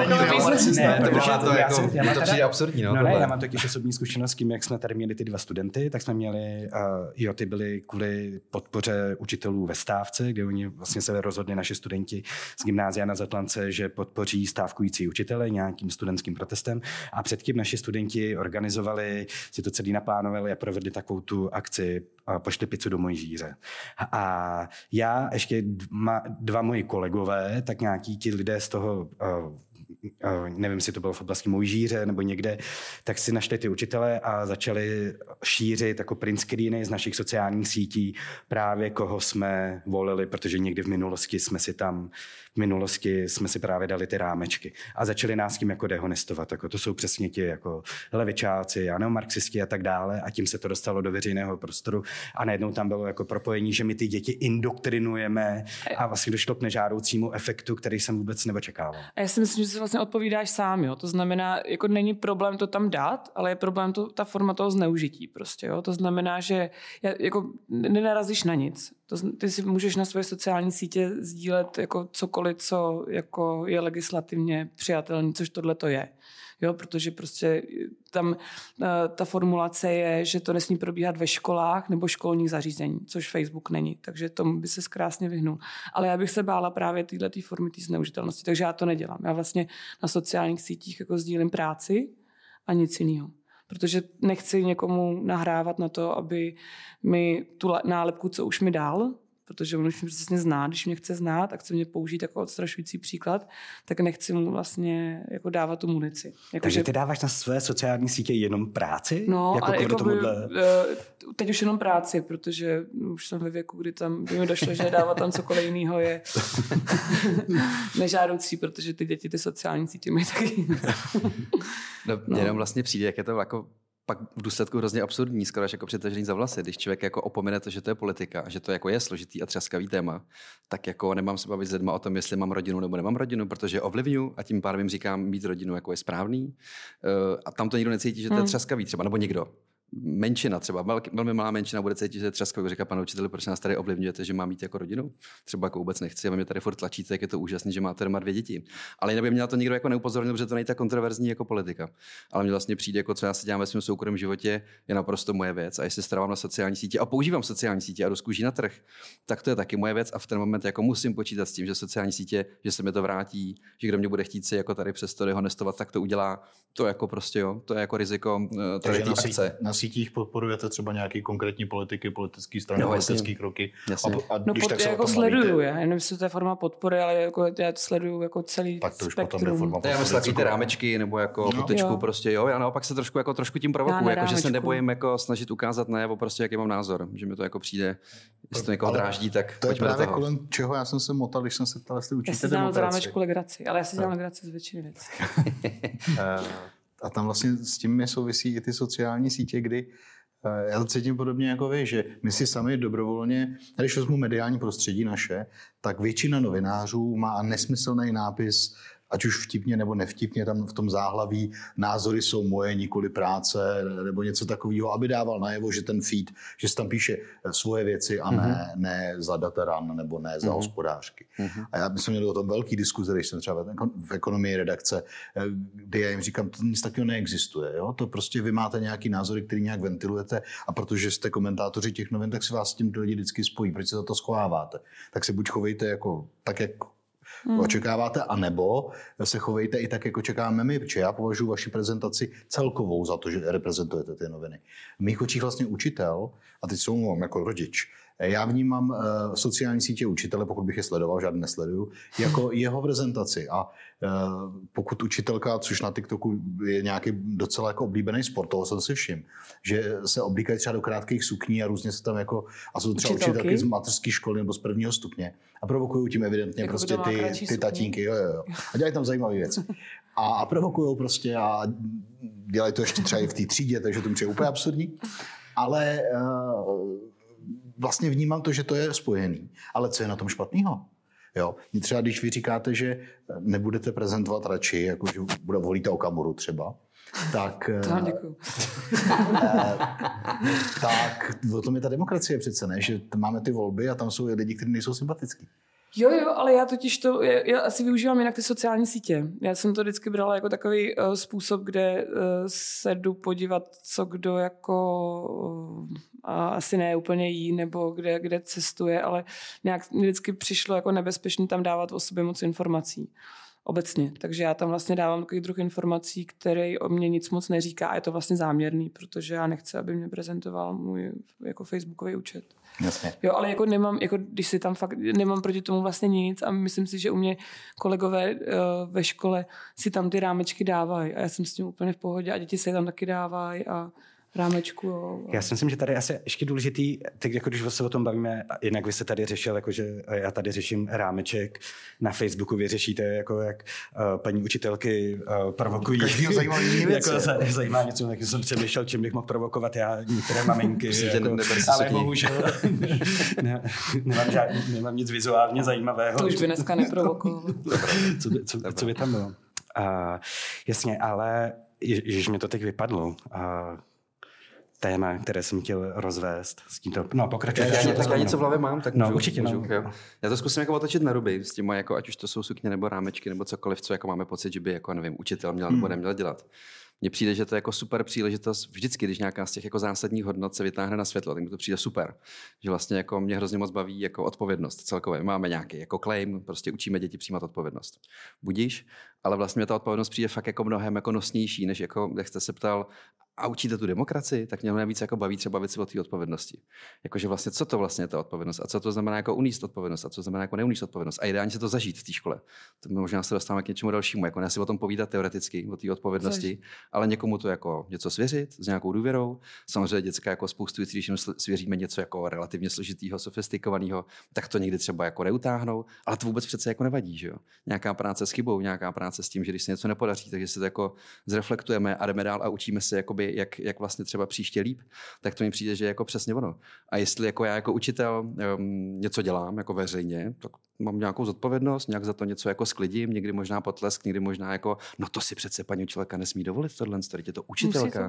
to přijde absurdní. No ne, já mám totiž osobní zkušenost s tím, jak jsme tady měli ty dva studenty, tak jsme měli, uh, jo, ty byly kvůli podpoře učitelů ve stávce, kde oni vlastně se rozhodli naši studenti z gymnázia na Zatlance, že podpoří stávkující učitele nějakým studentským protestem, a předtím naši studenti organizovali, si to celý naplánovali a provedli takovou tu akci Pošli pizzu do Mojžíře. A já ještě dva, dva moji kolegové, tak nějaký ti lidé z toho, uh, nevím, jestli to bylo v oblasti Mojžíře nebo někde, tak si našli ty učitele a začali šířit jako print screeny z našich sociálních sítí právě koho jsme volili, protože někdy v minulosti jsme si tam, v minulosti jsme si právě dali ty rámečky a začali nás tím jako dehonestovat. Jako to jsou přesně ti jako levičáci, neomarxisti a tak dále, a tím se to dostalo do veřejného prostoru a najednou tam bylo jako propojení, že my ty děti indoktrinujeme a vlastně došlo k nežádoucímu efektu, který jsem vůbec neočekával. A já si myslím, že si vlastně odpovídáš sám, jo. To znamená, jako není problém to tam dát, ale je problém to, ta forma toho zneužití prostě, jo. To znamená, že jako nenarazíš na nic. To, ty si můžeš na svoje sociální sítě sdílet jako cokoliv, co jako je legislativně přijatelné, což tohle to je. Jo, protože prostě tam ta formulace je, že to nesmí probíhat ve školách nebo školních zařízení, což Facebook není, takže tomu by se krásně vyhnul. Ale já bych se bála právě této formy té zneužitelnosti, takže já to nedělám. Já vlastně na sociálních sítích jako sdílím práci a nic jiného. protože nechci někomu nahrávat na to, aby mi tu nálepku, co už mi dal, protože on už mě přesně zná, když mě chce znát a chce mě použít jako odstrašující příklad, tak nechci mu vlastně jako dávat tu munici. Jako Takže že... ty dáváš na své sociální sítě jenom práci? No, jako ale jako tomuhle... by, teď už jenom práci, protože už jsem ve věku, kdy tam by mi došlo, že dávat tam cokoliv jiného je nežádoucí, protože ty děti ty sociální sítě mají taky. No, no. Jenom vlastně přijde, jak je to jako pak v důsledku hrozně absurdní, skoro až jako přitažený za vlasy. Když člověk jako opomene to, že to je politika a že to jako je složitý a třaskavý téma, tak jako nemám se bavit s lidma o tom, jestli mám rodinu nebo nemám rodinu, protože ovlivňuji a tím pádem jim říkám, mít rodinu jako je správný. A tam to nikdo necítí, že to je třaskavý třeba, nebo nikdo. Menšina třeba, velmi malá menšina bude cítit, že je třaskavý. Říká pane učiteli, proč nás tady ovlivňujete, že mám mít jako rodinu? Třeba jako vůbec nechci, a mě tady furt tlačíte, jak je to úžasný, že máte doma dvě děti. Ale jinak by měla to nikdo jako neupozornil, protože to není tak kontroverzní jako politika. Ale mně vlastně přijde, jako co já si dělám ve svém soukromém životě, je naprosto moje věc. A jestli strávám na sociální sítě a používám sociální sítě a rozkůží na trh, tak to je taky moje věc a v ten moment jako musím počítat s tím, že sociální sítě, že se mi to vrátí, že kdo mě bude chtít si jako tady přesto dehonestovat, tak to udělá. To jako prostě jo, to je jako riziko tady té akce. Na sítích podporujete třeba nějaký konkrétní politiky, politické strany, no, politické kroky. A, a no když pod, tak já se jako sleduju, já nevím, jestli to je forma podpory, ale jako, já to sleduju jako celý tak to už spektrum. potom je forma podpory. Já myslím takový ty rámečky nebo jako no. fotečku jo. prostě, jo, já naopak se trošku jako trošku tím provokuju, jako, že se nebojím jako snažit ukázat najevo prostě, jaký mám názor, že mi to jako přijde, jestli to někoho dráždí, tak to je pojďme do právě toho. kolem čeho já jsem se motal, když jsem se ptal, jestli učíte demokracii. Já si dělám z rámečku legraci, ale já si dělám legraci z většiny věcí. A tam vlastně s tím souvisí i ty sociální sítě, kdy já to cítím podobně jako vy, že my si sami dobrovolně, když vezmu mediální prostředí naše, tak většina novinářů má nesmyslný nápis, ať už vtipně nebo nevtipně, tam v tom záhlaví názory jsou moje, nikoli práce, nebo něco takového, aby dával najevo, že ten feed, že se tam píše svoje věci a ne, mm-hmm. ne za dataran nebo ne za mm-hmm. hospodářky. Mm-hmm. A já myslím, měl o tom velký diskuze, když jsem třeba v ekonomii redakce, kde já jim říkám, to nic takového neexistuje. Jo? To prostě vy máte nějaký názory, který nějak ventilujete a protože jste komentátoři těch novin, tak si vás s tím lidi vždycky spojí. Proč se za to schováváte? Tak se buď chovejte jako tak, jak Hmm. očekáváte, anebo se chovejte i tak, jako čekáme my, protože já považuji vaši prezentaci celkovou za to, že reprezentujete ty noviny. V mých očích vlastně učitel, a teď jsou mluvám jako rodič, já vnímám uh, sociální sítě učitele, pokud bych je sledoval, žádný nesleduju, jako jeho prezentaci. A uh, pokud učitelka, což na TikToku je nějaký docela jako oblíbený sport, toho jsem si všiml, že se oblíkají třeba do krátkých sukní a různě se tam jako, a jsou třeba učitelky, učitelky z mateřské školy nebo z prvního stupně a provokují tím evidentně jako prostě ty, ty tatínky. Jo, jo, jo. A dělají tam zajímavé věci. A, a provokují prostě a dělají to ještě třeba i v té třídě, takže to mi přijde úplně absurdní. Ale uh, vlastně vnímám to, že to je spojený. Ale co je na tom špatného? Jo. Třeba když vy říkáte, že nebudete prezentovat radši, jako že bude volíte Okamuru třeba, tak, děkuju. tak o tom je ta demokracie přece, ne? Že máme ty volby a tam jsou lidi, kteří nejsou sympatický. Jo, jo, ale já totiž to, já, já asi využívám jinak ty sociální sítě. Já jsem to vždycky brala jako takový uh, způsob, kde uh, se jdu podívat, co kdo jako uh, asi ne úplně jí, nebo kde, kde cestuje, ale nějak mi vždycky přišlo jako nebezpečné tam dávat o sobě moc informací. Obecně. Takže já tam vlastně dávám takový druh informací, který o mě nic moc neříká a je to vlastně záměrný, protože já nechci, aby mě prezentoval můj jako facebookový účet. Jasně. Jo, ale jako nemám, jako když si tam fakt, nemám proti tomu vlastně nic a myslím si, že u mě kolegové uh, ve škole si tam ty rámečky dávají a já jsem s tím úplně v pohodě a děti se tam taky dávají a rámečku. Jo. Já si myslím, že tady asi ještě důležitý, tak jako když se o tom bavíme, jinak vy jste tady řešil, jakože já tady řeším rámeček, na Facebooku vy řešíte, jako jak uh, paní učitelky uh, provokují. Každýho zajímá jiný věci. Jako zajímá něco, tak jsem přemýšlel, čím bych mohl provokovat já některé maminky. jako, ale bohužel ne, nemám, žádný, nemám nic vizuálně zajímavého. To už by dneska neprovokoval. co, by, co, co by tam bylo? Uh, jasně, ale ježiš, mě to teď vypadlo. Uh, téma, které jsem chtěl rozvést s tímto. No, pokračujte. Já, já, já něco v hlavě mám, tak no, můžu, určitě, můžu, no. jo. Já to zkusím jako otočit na ruby, s tím, jako, ať už to jsou sukně nebo rámečky, nebo cokoliv, co jako máme pocit, že by jako, nevím, učitel měl nebo neměl dělat. Mně přijde, že to je jako super příležitost vždycky, když nějaká z těch jako zásadních hodnot se vytáhne na světlo, tak mi to přijde super. Že vlastně jako mě hrozně moc baví jako odpovědnost celkově. Máme nějaký jako claim, prostě učíme děti přijímat odpovědnost. Budíš, ale vlastně ta odpovědnost přijde fakt jako mnohem jako nosnější, než jako, jak jste se ptal, a učíte tu demokracii, tak mě nejvíc jako baví třeba věci o té odpovědnosti. Jakože vlastně, co to vlastně je ta odpovědnost a co to znamená jako unést odpovědnost a co znamená jako neunést odpovědnost. A ideálně se to zažít v té škole. To možná se dostáváme k něčemu dalšímu, jako ne si o tom povídat teoreticky, o té odpovědnosti, Zaž. ale někomu to jako něco svěřit s nějakou důvěrou. Samozřejmě děcka jako spoustu věcí, když jim svěříme něco jako relativně složitého, sofistikovaného, tak to někdy třeba jako neutáhnou, ale to vůbec přece jako nevadí, že jo. Nějaká práce s chybou, nějaká práce s tím, že když se něco nepodaří, takže si to jako zreflektujeme a jdeme dál a učíme se jakoby, jak, jak vlastně třeba příště líp, tak to mi přijde, že je jako přesně ono. A jestli jako já jako učitel um, něco dělám jako veřejně, tak mám nějakou zodpovědnost, nějak za to něco jako sklidím, někdy možná potlesk, někdy možná jako, no to si přece paní učitelka nesmí dovolit tohle, je to učitelka.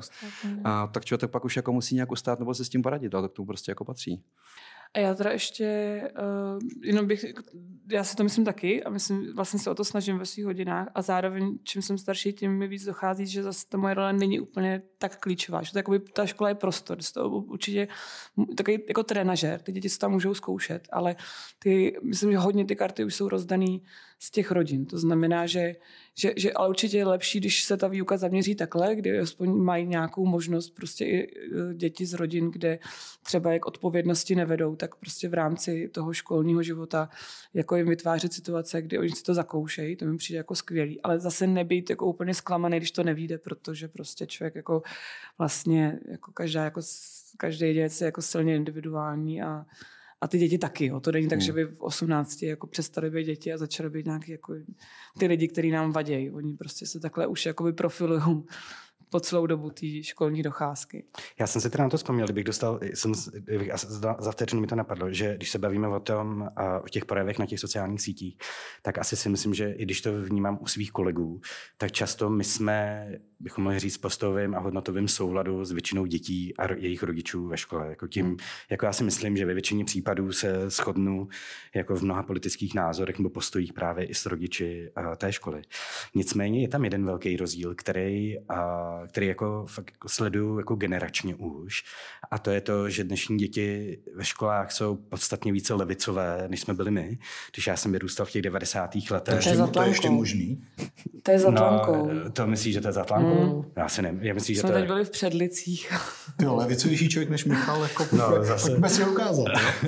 A tak člověk pak už jako musí nějak ustát nebo se s tím poradit, ale to k tomu prostě jako patří. A já teda ještě, uh, jenom bych, já si to myslím taky a myslím, vlastně se o to snažím ve svých hodinách a zároveň, čím jsem starší, tím mi víc dochází, že zase ta moje role není úplně tak klíčová, že to jakoby, ta škola je prostor, to určitě takový jako trenažér, ty děti se tam můžou zkoušet, ale ty, myslím, že hodně ty karty už jsou rozdaný z těch rodin, to znamená, že, že, že ale určitě je lepší, když se ta výuka zaměří takhle, kdy aspoň mají nějakou možnost prostě i děti z rodin, kde třeba jak odpovědnosti nevedou, tak prostě v rámci toho školního života jako jim vytvářet situace, kdy oni si to zakoušejí, to mi přijde jako skvělý, ale zase nebýt jako úplně zklamaný, když to nevyjde, protože prostě člověk jako vlastně jako každá jako každý děc je jako silně individuální a A ty děti taky, jo. To není tak, že by v osmnácti jako přestali být děti a začaly být nějaký jako ty lidi, kteří nám vadějí. Oni prostě se takhle už jakoby profilují po celou dobu té školní docházky. Já jsem si teda na to vzpomněl, kdybych dostal, jsem, kdybych, za vteřinu mi to napadlo, že když se bavíme o tom, o těch projevech na těch sociálních sítích, tak asi si myslím, že i když to vnímám u svých kolegů, tak často my jsme, bychom mohli říct, postovým a hodnotovým souladu s většinou dětí a jejich rodičů ve škole. Jako tím, jako já si myslím, že ve většině případů se shodnu jako v mnoha politických názorech nebo postojích právě i s rodiči té školy. Nicméně je tam jeden velký rozdíl, který který jako fakt sleduju jako generačně už. A to je to, že dnešní děti ve školách jsou podstatně více levicové, než jsme byli my. Když já jsem vyrůstal v těch devadesátých letech. To je, to je ještě možný. To je za tlankou. No, to myslíš, že to je za tlankou? Mm. Já si nevím. Já myslím, že jsme to teď je... byli v Předlicích. Jo, levicovější člověk než Michal, jako no, zase. pojďme si ho ukázat.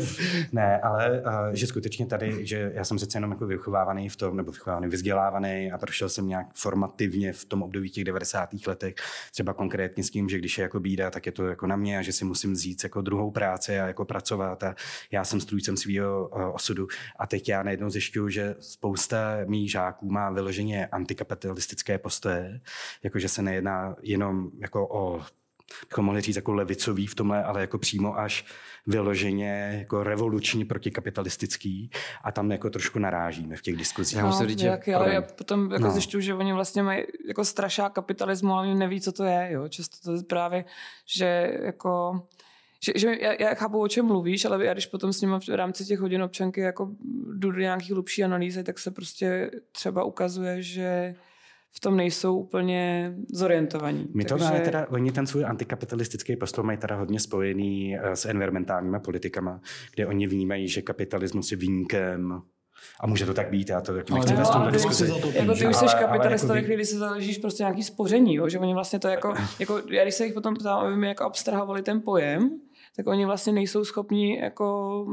Ne, ale uh, že skutečně tady, že já jsem přece jenom jako vychovávaný v tom, nebo vychovávaný, vzdělávaný a prošel jsem nějak formativně v tom období těch devadesátých letech, třeba konkrétně s tím, že když je jako bída, tak je to jako na mě a že si musím vzít jako druhou práci a jako pracovat a já jsem strůjcem svého uh, osudu. A teď já najednou zjišťuju, že spousta mých žáků má vyloženě antikapitalistické postoje, jakože se nejedná jenom jako o, bychom mohli říct jako levicový v tomhle, ale jako přímo až vyloženě jako revoluční protikapitalistický a tam jako trošku narážíme v těch diskuzích. No, říct, jaký, ale já potom jako no. zjišťuju, že oni vlastně mají jako strašák kapitalismu, ale oni neví, co to je. Jo? Často to je právě, že jako Že, že já, já chápu, o čem mluvíš, ale já když potom s nimi v rámci těch hodin občanky jako jdu do nějakých hlubší analýzy, tak se prostě třeba ukazuje, že v tom nejsou úplně zorientovaní. My to Takže... máme teda, oni ten svůj antikapitalistický postoj mají teda hodně spojený s environmentálníma politikama, kde oni vnímají, že kapitalismus je viníkem. A může to tak být, já to jako nechci vést tuhle diskuzi. Jako ty už jsi kapitalista, jako když se založíš prostě nějaký spoření, jo? Že oni vlastně to jako, jako, já když se jich potom ptám, aby mi jako abstrahovali ten pojem, tak oni vlastně nejsou schopni jako,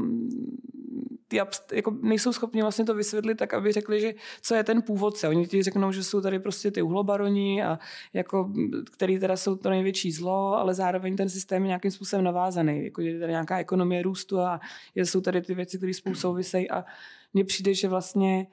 ty, jako nejsou schopni vlastně to vysvětlit tak, aby řekli, že co je ten původce. Oni ti řeknou, že jsou tady prostě ty uhlobaroni, a jako, který teda jsou to největší zlo, ale zároveň ten systém je nějakým způsobem navázaný. Jako je tady nějaká ekonomie růstu a jsou tady ty věci, které spolu souvisejí a mně přijde, že vlastně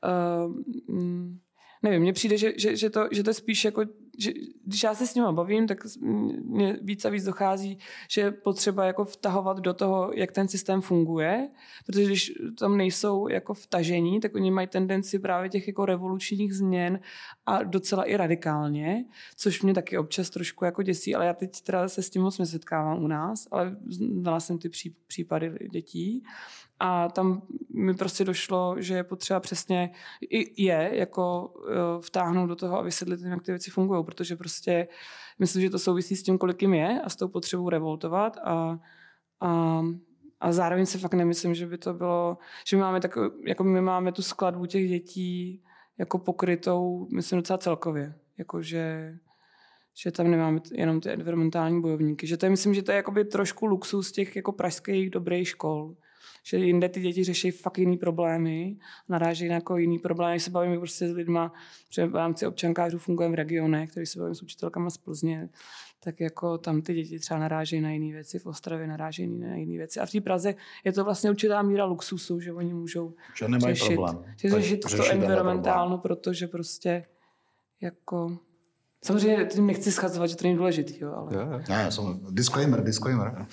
uh, nevím, mně přijde, že, že, že, to, že to je spíš jako, že když já se s nimi bavím, tak mě víc a víc dochází, že je potřeba jako vtahovat do toho, jak ten systém funguje, protože když tam nejsou jako vtažení, tak oni mají tendenci právě těch jako revolučních změn a docela i radikálně, což mě taky občas trošku jako děsí, ale já teď teda se s tím moc nesetkávám u nás, ale znala jsem ty pří, případy dětí. A tam mi prostě došlo, že je potřeba přesně i je jako vtáhnout do toho a vysvětlit, jak ty věci fungují, protože prostě myslím, že to souvisí s tím, kolik jim je a s tou potřebou revoltovat a, a, a zároveň se fakt nemyslím, že by to bylo, že my máme, tak, jako my máme tu skladbu těch dětí jako pokrytou, myslím docela celkově, jakože že tam nemáme jenom ty environmentální bojovníky. Že to je, myslím, že to je jakoby trošku luxus těch jako pražských dobrých škol. Že jinde ty děti řeší fakt jiný problémy, narážejí na jako jiný problémy. Se bavíme prostě s lidma, že v rámci občankářů fungujeme v regionech, který se bavím s učitelkama z Plzně, tak jako tam ty děti třeba narážejí na jiné věci, v Ostravě narážejí na jiné věci. A v té Praze je to vlastně určitá míra luxusu, že oni můžou že nemají řešit, problém. Že řešit to environmentálno, protože prostě jako... Samozřejmě tím nechci schazovat, že to není důležitý, jo, ale... Jo, jo. Ne, jsem... Disclaimer, disclaimer.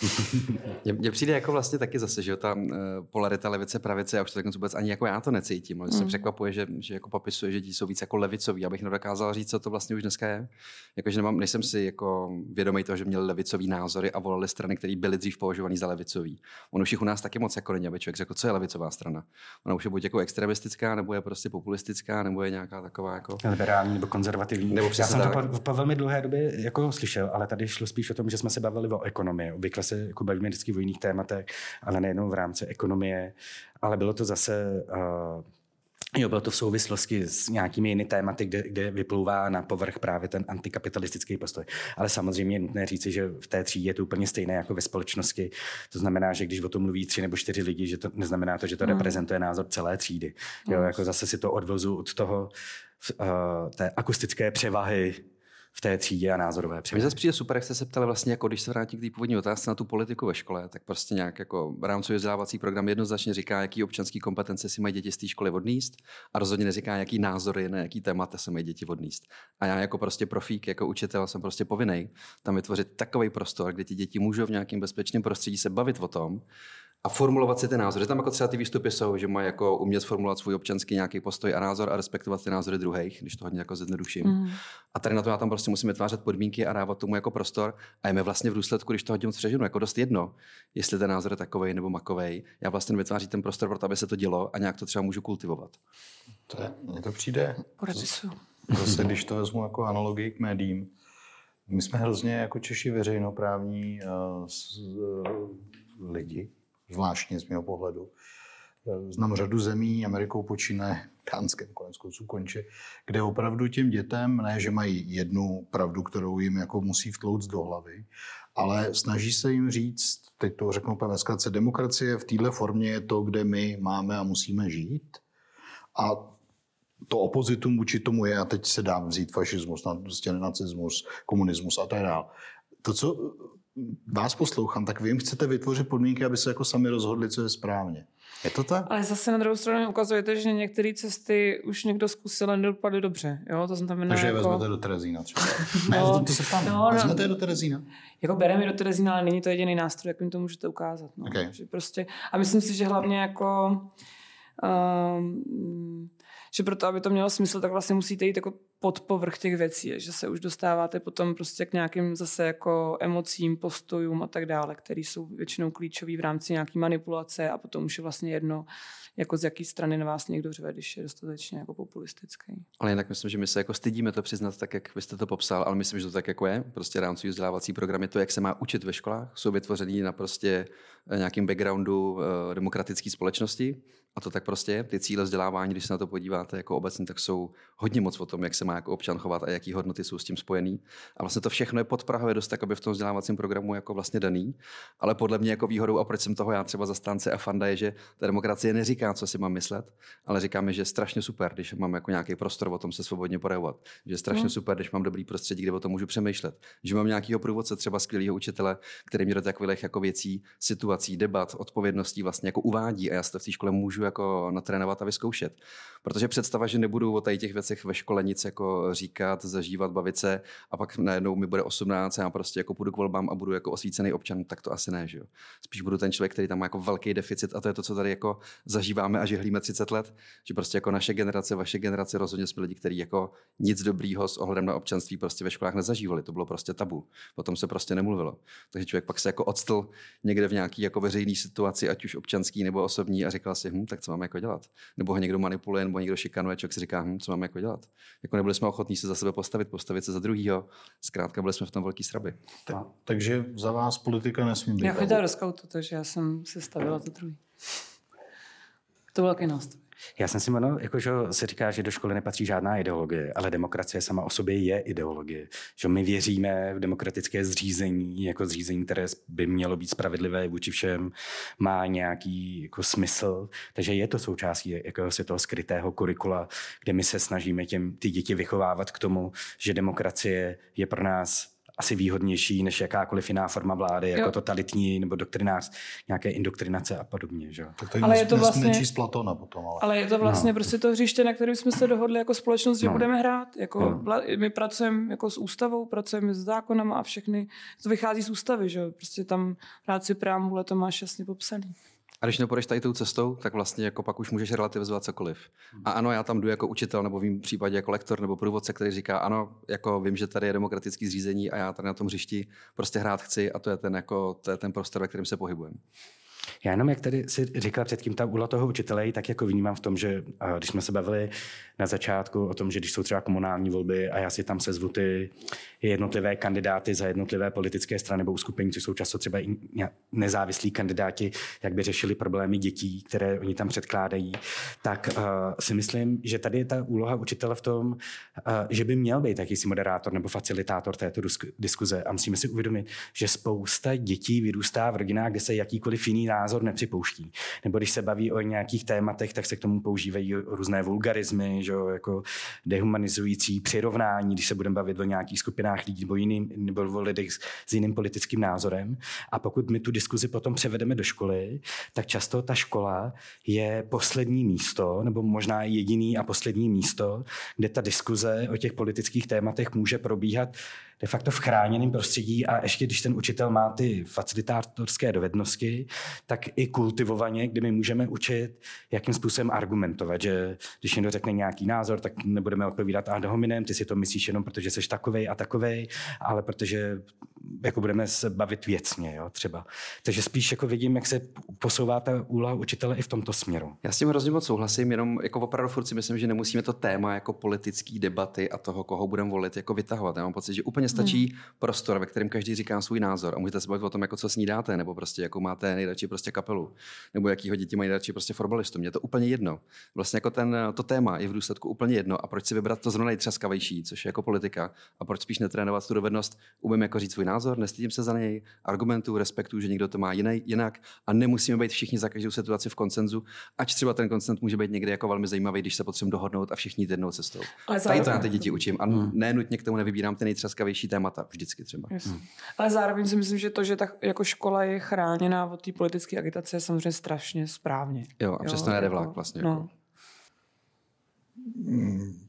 Mně přijde jako vlastně taky zase, že ta uh, polarita levice, pravice, já už to tak vůbec ani jako já to necítím, ale mm. se překvapuje, že, že jako popisuje, že ti jsou víc jako levicoví, abych nedokázal říct, co to vlastně už dneska je. Jakože nemám, nejsem si jako vědomý toho, že měli levicový názory a volali strany, které byly dřív považované za levicový. On už jich u nás taky moc jako není, aby člověk řekl, co je levicová strana. Ona už je buď jako extremistická, nebo je prostě populistická, nebo je nějaká taková jako liberální nebo konzervativní. Nebo Po, po velmi dlouhé době jako slyšel, ale tady šlo spíš o tom, že jsme se bavili o ekonomii. Obvykle se jako bavíme vždycky o jiných tématech, ale nejenom v rámci ekonomie, ale bylo to zase... Uh, Jo, bylo to v souvislosti s nějakými jinými tématy, kde, kde vyplouvá na povrch právě ten antikapitalistický postoj. Ale samozřejmě je nutné říci, že v té třídě je to úplně stejné jako ve společnosti. To znamená, že když o tom mluví tři nebo čtyři lidi, že to neznamená to, že to mm. reprezentuje názor celé třídy. Jo, mm. jako zase si to odvozu od toho uh, té akustické převahy v té třídě a názorové převahy. Mně zase přijde super, jak jste se ptali vlastně, jako když se vrátím k té původní otázce na tu politiku ve škole, tak prostě nějak jako rámcový vzdělávací program jednoznačně říká, jaký občanský kompetence si mají děti z té školy odníst a rozhodně neříká, jaký názory na jaký témata se mají děti odníst. A já jako prostě profík, jako učitel jsem prostě povinnej tam vytvořit takový prostor, kde ti děti můžou v nějakém bezpečném prostředí se bavit o tom, a formulovat si ty názory. Tam jako třeba ty výstupy jsou, že mají jako umět formulovat svůj občanský nějaký postoj a názor a respektovat ty názory druhých, když to hodně jako zjednoduším. Mm. A tady na to já tam prostě musím vytvářet podmínky a dávat tomu jako prostor. A je mi vlastně v důsledku, když to hodně moc přeženu, jako dost jedno, jestli ten názor je takovej nebo makovej. Já vlastně vytvářím ten prostor pro to, aby se to dělo a nějak to třeba můžu kultivovat. To je, mně to přijde. Poradím. Zase, když to vezmu jako analogii k médiím, my jsme hrozně jako Češi veřejnoprávní uh, s, uh, lidi, zvláštně z mého pohledu. Znám řadu zemí, Amerikou počínaje, Dánskem konec konců končí, kde opravdu těm dětem, ne, že mají jednu pravdu, kterou jim jako musí vtlouct do hlavy, ale snaží se jim říct, teď to řeknu ve zkratce, demokracie v této formě je to, kde my máme a musíme žít. A to opozitum vůči tomu je, a teď se dá vzít fašismus, nacismus, komunismus a tak dále. To, co vás poslouchám, tak vy jim chcete vytvořit podmínky, aby se jako sami rozhodli, co je správně. Je to tak? Ale zase na druhou stranu ukazujete, že některé cesty už někdo zkusil a nedopadly dobře. Jo? To znamená, takže je jako... vezmete do Terezína třeba. No, ne, to, to se ptám. No, vezmete je do Terezína? Jako bereme do Terezína, ale není to jediný nástroj, jak mi to můžete ukázat. No. Okay. Že prostě, a myslím si, že hlavně jako... Um, že proto, aby to mělo smysl, tak vlastně musíte jít jako pod povrch těch věcí, že se už dostáváte potom prostě k nějakým zase jako emocím, postojům a tak dále, které jsou většinou klíčový v rámci nějaký manipulace a potom už je vlastně jedno, jako z jaký strany na vás někdo řve, když je dostatečně jako populistický. Ale jinak myslím, že my se jako stydíme to přiznat tak, jak vy jste to popsal, ale myslím, že to tak jako je. Prostě rámcový vzdělávací program je to, jak se má učit ve školách, jsou vytvořený na prostě nějakým backgroundu uh, demokratické společnosti. A to tak prostě je. Ty cíle vzdělávání, když se na to podíváte jako obecně, tak jsou hodně moc o tom, jak se má jako občan chovat a jaký hodnoty jsou s tím spojený. A vlastně to všechno je podprahově dost tak, aby v tom vzdělávacím programu jako vlastně daný. Ale podle mě jako výhodou, a proč jsem toho já třeba zastánce a fanda, je, že ta demokracie neříká, co si mám myslet, ale říká mi, že je strašně super, když mám jako nějaký prostor o tom se svobodně projevovat. Že je strašně hmm. super, když mám dobrý prostředí, kde o tom můžu přemýšlet. Že mám nějakého průvodce, třeba skvělého učitele, který mě do takových jako věcí, situací, debat, odpovědností vlastně jako uvádí a já se to v té škole můžu jako natrénovat a vyzkoušet. Protože představa, že nebudu o tady těch věcech ve škole nic jako říkat, zažívat, bavit se a pak najednou mi bude osmnáct a já prostě jako půjdu k volbám a budu jako osvícený občan, tak to asi ne, že jo. Spíš budu ten člověk, který tam má jako velký deficit a to je to, co tady jako zažíváme a žehlíme třicet let, že prostě jako naše generace, vaše generace rozhodně jsme lidi, kteří jako nic dobrýho s ohledem na občanství prostě ve školách nezažívali, to bylo prostě tabu. O tom se prostě nemluvilo. Takže člověk pak se jako odstl někde v nějaký jako veřejný situaci, ať už občanský nebo osobní a říkal si, hm, tak co máme jako dělat? Nebo ho někdo manipuluje, nebo někdo šikanuje, člověk si říká, hm, co máme jako dělat? Jako nebyli jsme ochotní se za sebe postavit, postavit se za druhýho. Zkrátka byli jsme v tom velký sraby. Tak, takže za vás politika nesmí být. Já chodila do skautu, takže já jsem se stavila za druhý. To byl velký nástroj. Já jsem si ono, jakože se říká, že do školy nepatří žádná ideologie, ale demokracie sama o sobě je ideologie. Že my věříme v demokratické zřízení, jako zřízení, které by mělo být spravedlivé vůči všem, má nějaký jako smysl, takže je to součástí jakéhosi toho skrytého kurikula, kde my se snažíme těm, ty děti vychovávat k tomu, že demokracie je pro nás asi výhodnější než jakákoliv jiná forma vlády, jako jo. totalitní nebo doktrinář, nějaké indoktrinace a podobně. Že? Tak to ale je to vlastně nečíst Platona potom. Ale, ale je to vlastně no. prostě to hřiště, na kterém jsme se dohodli jako společnost, že no. budeme hrát. Jako no. My pracujeme jako s ústavou, pracujeme s zákonama a všechny. To vychází z ústavy, že prostě tam práci preambule to máš jasně popsaný. A když nepůjdeš tady tou cestou, tak vlastně jako pak už můžeš relativizovat cokoliv. A ano, já tam jdu jako učitel, nebo v mým případě jako lektor nebo průvodce, který říká, ano, jako vím, že tady je demokratické zřízení a já tady na tom hřišti prostě hrát chci a to je ten, jako, to je ten prostor, ve kterém se pohybujeme. Já jenom, jak tady si říkal předtím ta úloha toho učitele, tak jako vnímám v tom, že když jsme se bavili na začátku o tom, že když jsou třeba komunální volby a já si tam sezvu ty jednotlivé kandidáty za jednotlivé politické strany nebo uskupení, což jsou často třeba i nezávislí kandidáti, jak by řešili problémy dětí, které oni tam předkládají, tak uh, si myslím, že tady je ta úloha učitele v tom, uh, že by měl být jakýsi moderátor nebo facilitátor této diskuze a musíme si uvědomit, že spousta dětí vyrůstá v rodinách, kde se jakýkoliv jiný názor nepřipouští. Nebo když se baví o nějakých tématech, tak se k tomu používají různé vulgarizmy, že, jako dehumanizující přirovnání, když se budeme bavit o nějakých skupinách lidí nebo, jiným, nebo o lidech s, s jiným politickým názorem. A pokud my tu diskuzi potom převedeme do školy, tak často ta škola je poslední místo, nebo možná jediný a poslední místo, kde ta diskuze o těch politických tématech může probíhat de facto v chráněném prostředí a ještě když ten učitel má ty facilitátorské dovednosti, tak i kultivovaně, kdy my můžeme učit, jakým způsobem argumentovat, že když někdo řekne nějaký názor, tak nebudeme odpovídat ad hominem, ty si to myslíš jenom, protože jsi takovej a takovej, ale protože jako budeme se bavit věcně, jo, třeba. Takže spíš jako vidím, jak se posouvá ta úloha učitele i v tomto směru. Já s tím hrozně moc souhlasím, jenom jako opravdu furt si myslím, že nemusíme to téma jako politické debaty a toho, koho budeme volit, jako vytahovat. Já mám pocit, že úplně stačí hmm. prostor, ve kterém každý říká svůj názor a můžete se bavit o tom, jako co snídáte, nebo prostě jako máte nejradši prostě kapelu, nebo jakýho děti mají nejradši prostě fotbalistu. Mně je to úplně jedno. Vlastně jako ten, to téma je v důsledku úplně jedno a proč si vybrat to zrovna nejtřaskavější, což je jako politika, a proč spíš netrénovat tu dovednost, umím jako říct svůj názor, nestydím se za něj, argumentu, respektu, že někdo to má jiný, jinak a nemusíme být všichni za každou situaci v konsenzu, ač třeba ten konsens může být někdy jako velmi zajímavý, když se potřebujeme dohodnout a všichni jít jednou cestou. Ale tady to na ty děti učím a hmm. ne nutně k tomu nevybírám ty nejtřaskavější témata, vždycky třeba. Yes. Hmm. Ale zároveň si myslím, že to, že ta jako škola je chráněná od té politické agitace, je samozřejmě strašně správně. Jo, a přesto nejde vlak vlastně. No. Jako. Hmm.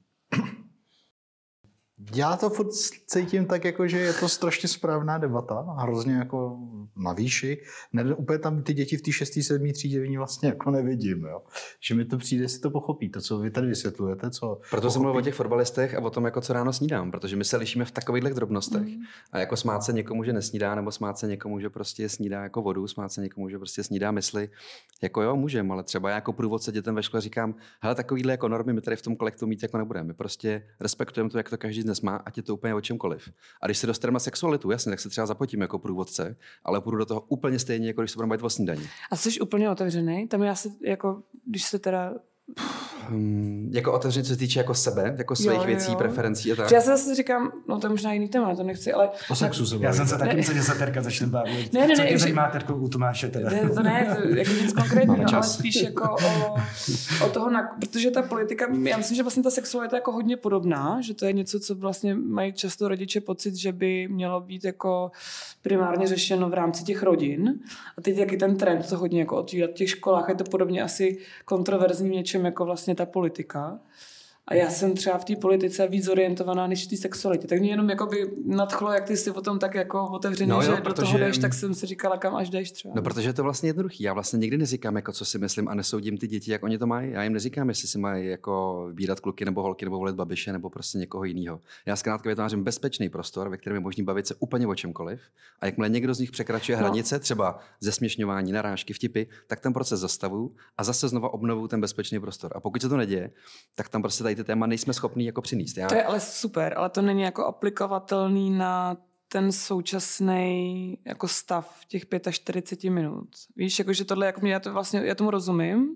Já to furt cítím tak, jako, že je to strašně správná debata, hrozně jako na výši. Ne, úplně tam ty děti v té šestý, sedmý třídě vlastně jako nevidím. Jo? Že mi to přijde, si to pochopí, to, co vy tady vysvětlujete. Co Proto jsem mluvil o těch fotbalistech a o tom, jako co ráno snídám, protože my se lišíme v takovýchhle drobnostech. Mm. A jako smát se někomu, že nesnídá, nebo smát se někomu, že prostě snídá jako vodu, smát se někomu, že prostě snídá mysli. Jako jo, můžem, ale třeba já jako průvodce dětem ve škole říkám, hele, takovýhle jako normy my tady v tom kolektu mít jako nebudeme. My prostě respektujeme to, jak to každý dnes má, ať je to úplně o čemkoliv. A když se dostaneme na sexualitu, jasně, tak se třeba zapotím jako průvodce, ale půjdu do toho úplně stejně, jako když se budeme bavit o snídani. A jsi úplně otevřený? Tam já se jako, když se teda Hmm, jako otevřeně, co se týče jako sebe, jako svých jo, věcí, jo. preferencí a tak. Já se zase říkám, no to je možná jiný téma, to nechci, ale... O sexu se Já jsem se taky myslel, že se Terka začne bavit. Ne, ne, co ne, tě že... zajímá Terku u Tomáše teda? Ne, to ne, to jako nic konkrétního, ale spíš jako o, o toho, na, protože ta politika, já myslím, že vlastně ta sexualita je jako hodně podobná, že to je něco, co vlastně mají často rodiče pocit, že by mělo být jako primárně řešeno v rámci těch rodin. A teď jaký ten trend to hodně jako otvírat v těch školách, je to podobně asi kontroverzní v něčem jako vlastně ta politika. A já jsem třeba v té politice víc orientovaná než v té sexualitě. Tak mě jenom jakoby nadchlo, jak ty si o tom tak jako otevřeně, no jo, že protože... do toho jdeš, tak jsem si říkala, kam až jdeš třeba. No protože je to vlastně jednoduchý. Já vlastně nikdy neříkám, jako co si myslím a nesoudím ty děti, jak oni to mají. Já jim neříkám, jestli si mají jako vybírat kluky nebo holky nebo volit babiše nebo prostě někoho jiného. Já zkrátka vytvářím bezpečný prostor, ve kterém je možný bavit se úplně o čemkoliv. A jakmile někdo z nich překračuje no. hranice, třeba zesměšňování, narážky, vtipy, tak ten proces zastavu a zase znova obnovu ten bezpečný prostor. A pokud se to neděje, tak tam prostě tady ty téma nejsme schopní jako přinést. Já... To je ale super, ale to není jako aplikovatelný na ten současný jako stav těch čtyřicet pět minut. Víš, jako, že tohle, jako mě, já, to vlastně, já tomu rozumím,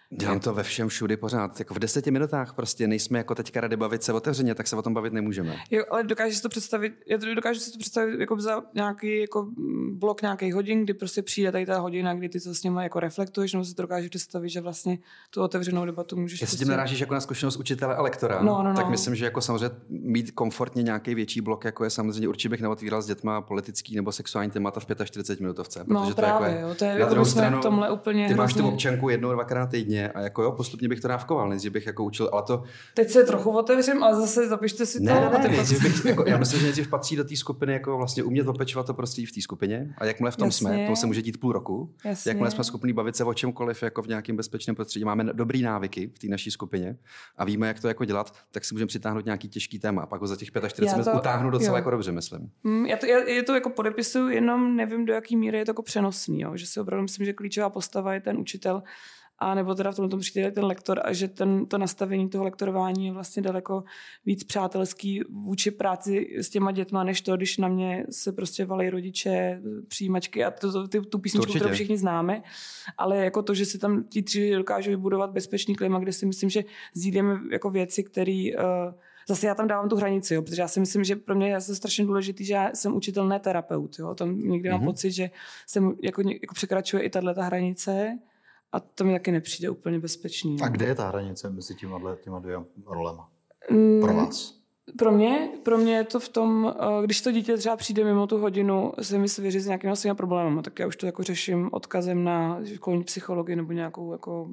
Dělám to ve všem všudy pořád. Jako v deseti minutách prostě nejsme jako teďka rady bavit se otevřeně, tak se o tom bavit nemůžeme. Jo, ale dokážeš si to představit, já to dokážu si to představit jako za nějaký jako blok nějakých hodin, kdy prostě přijde tady ta hodina, kdy ty to s nimi jako reflektuješ, nebo si to dokážeš představit, že vlastně tu otevřenou debatu můžeš. Jestli tím narážíš jako na zkušenost učitele a lektora, no, no, tak no. myslím, že jako samozřejmě mít komfortně nějaký větší blok, jako je samozřejmě určitě bych neotvíral s dětma politický nebo sexuální témata v čtyřiceti pěti minutovce. No protože právě, to je, jo, to je na druhou stranu, v tomhle úplně ty máš hrozně... tu občanku jednou, dvakrát týdně a jako jo, postupně bych to dávkoval, než bych jako učil, ale to... Teď se trochu otevřím, ale zase zapište si to. Ne, ne, a ne, ty bych, jako, já myslím, že nejdřív patří do té skupiny jako vlastně umět opečovat to prostředí v té skupině a jakmile v tom Jasně. jsme, to se může dít půl roku, Jasně. jakmile jsme schopni bavit se o čemkoliv jako v nějakém bezpečném prostředí, máme dobrý návyky v té naší skupině a víme, jak to jako dělat, tak si můžeme přitáhnout nějaký těžký téma a pak ho za těch čtyřiceti pět minut utáhnu docela jo. jako dobře, myslím. Mm, já to, já, je to jako podepisuju, jenom nevím, do jaký míry je to jako přenosný, jo? Že si opravdu myslím, že klíčová postava je ten učitel, a nebo teda v tomto případě ten lektor a že ten, to nastavení toho lektorování je vlastně daleko víc přátelský vůči práci s těma dětma, než to, když na mě se prostě valí rodiče, přijímačky a to, to, ty, tu písničku, kterou všichni známe, ale jako to, že si tam ti tři dokážou vybudovat bezpečný klima, kde si myslím, že sdílíme jako věci, které uh, zase já tam dávám tu hranici, jo, protože já si myslím, že pro mě je to strašně důležitý, že já jsem učitel, ne terapeut. Jo. Tam někdy mám mm-hmm. pocit, že jsem jako, jako překračuje i tato hranice. A to mi taky nepřijde úplně bezpečný. A kde je ta hranice mezi těma, těma dvěma rolema? Mm, pro vás? Pro mě, pro mě je to v tom, když to dítě třeba přijde mimo tu hodinu se mi svěřit s nějakými svými problémy, tak já už to jako řeším odkazem na školní psychologii nebo nějakou jako,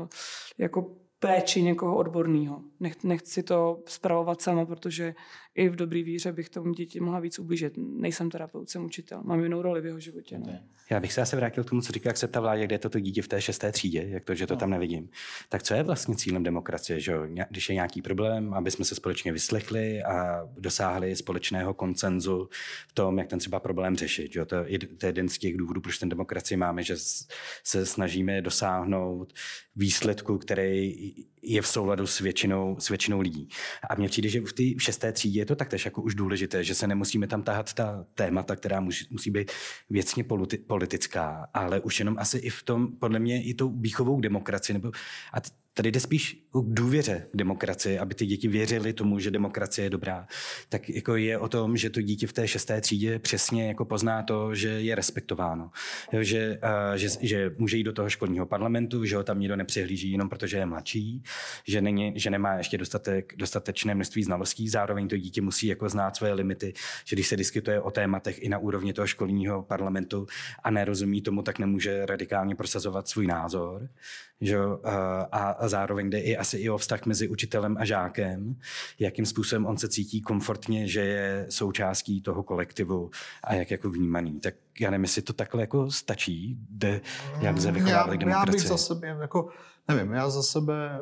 jako péči někoho odborného. Nech, nechci to spravovat sama, protože i v dobrý víře bych tomu dítě mohla víc ublížit. Nejsem terapeut, jsem učitel. Mám jinou roli v jeho životě. Ne? Já bych se asi vrátil k tomu, co říká, jak se ptá vládě, kde je to dítě v té šesté třídě, jak to, že to no. tam nevidím. Tak co je vlastně cílem demokracie? Že? Když je nějaký problém, aby jsme se společně vyslechli a dosáhli společného konsenzu v tom, jak ten třeba problém řešit. Že? To je jeden z těch důvodů, proč ten demokracii máme, že se snažíme dosáhnout výsledku, který je v souladu s většinou, s většinou lidí. A mně přijde, že v té šesté třídě je to taktéž jako už důležité, že se nemusíme tam tahat ta témata, která musí, musí být věcně politi- politická, ale už jenom asi i v tom, podle mě, i tou výchovou k demokracii. Nebo, a tady jde spíš k důvěře k demokracii, aby ty děti věřily tomu, že demokracie je dobrá. Tak jako je o tom, že to dítě v té šesté třídě přesně jako pozná to, že je respektováno. Jo, že, uh, že, že může jít do toho školního parlamentu, že ho tam nikdo nepřihlíží jenom protože je mladší, že, není, že nemá ještě dostatek, dostatečné množství znalostí, zároveň to dítě musí jako znát svoje limity, že když se diskutuje o tématech i na úrovni toho školního parlamentu a nerozumí tomu, tak nemůže radikálně prosazovat svůj názor. Že, uh, a A zároveň jde i asi i o vztah mezi učitelem a žákem, jakým způsobem on se cítí komfortně, že je součástí toho kolektivu a jak jako vnímaný. Tak já nevím, jestli to takhle jako stačí, jde, jak lze vychovávat demokracii. Já bych za sebe, jako, nevím, já za sebe,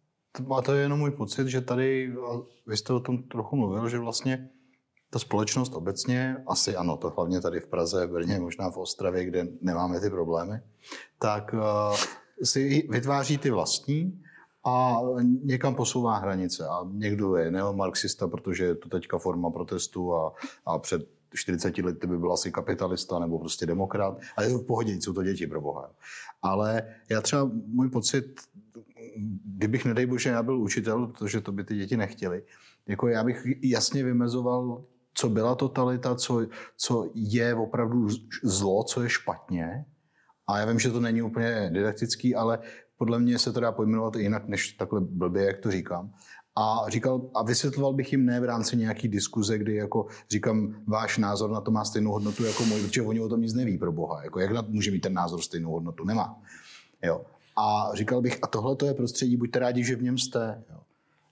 a to je jenom můj pocit, že tady, vy jste o tom trochu mluvil, že vlastně ta společnost obecně, asi ano, to hlavně tady v Praze, v Brně, možná v Ostravě, kde nemáme ty problémy, tak si vytváří ty vlastní a někam posouvá hranice. A někdo je neomarxista, protože je to teďka forma protestu a, a před čtyřiceti lety by byl asi kapitalista nebo prostě demokrat. A je to v pohodě, jsou to děti, pro boha. Ale já třeba, můj pocit, kdybych, nedej bože, já byl učitel, protože to by ty děti nechtěli, jako já bych jasně vymezoval, co byla totalita, co, co je opravdu zlo, co je špatně. A já vím, že to není úplně didaktický, ale podle mě se to dá pojmenovat jinak, než takhle blbě, jak to říkám. A říkal, a vysvětloval bych jim ne v rámci nějaký diskuze, kdy jako říkám, váš názor na to má stejnou hodnotu jako můj, protože oni o tom nic neví, pro boha. Jako, jak na, může mít ten názor stejnou hodnotu? Nemá. Jo. A říkal bych, a tohle to je prostředí, buďte rádi, že v něm jste. Jo.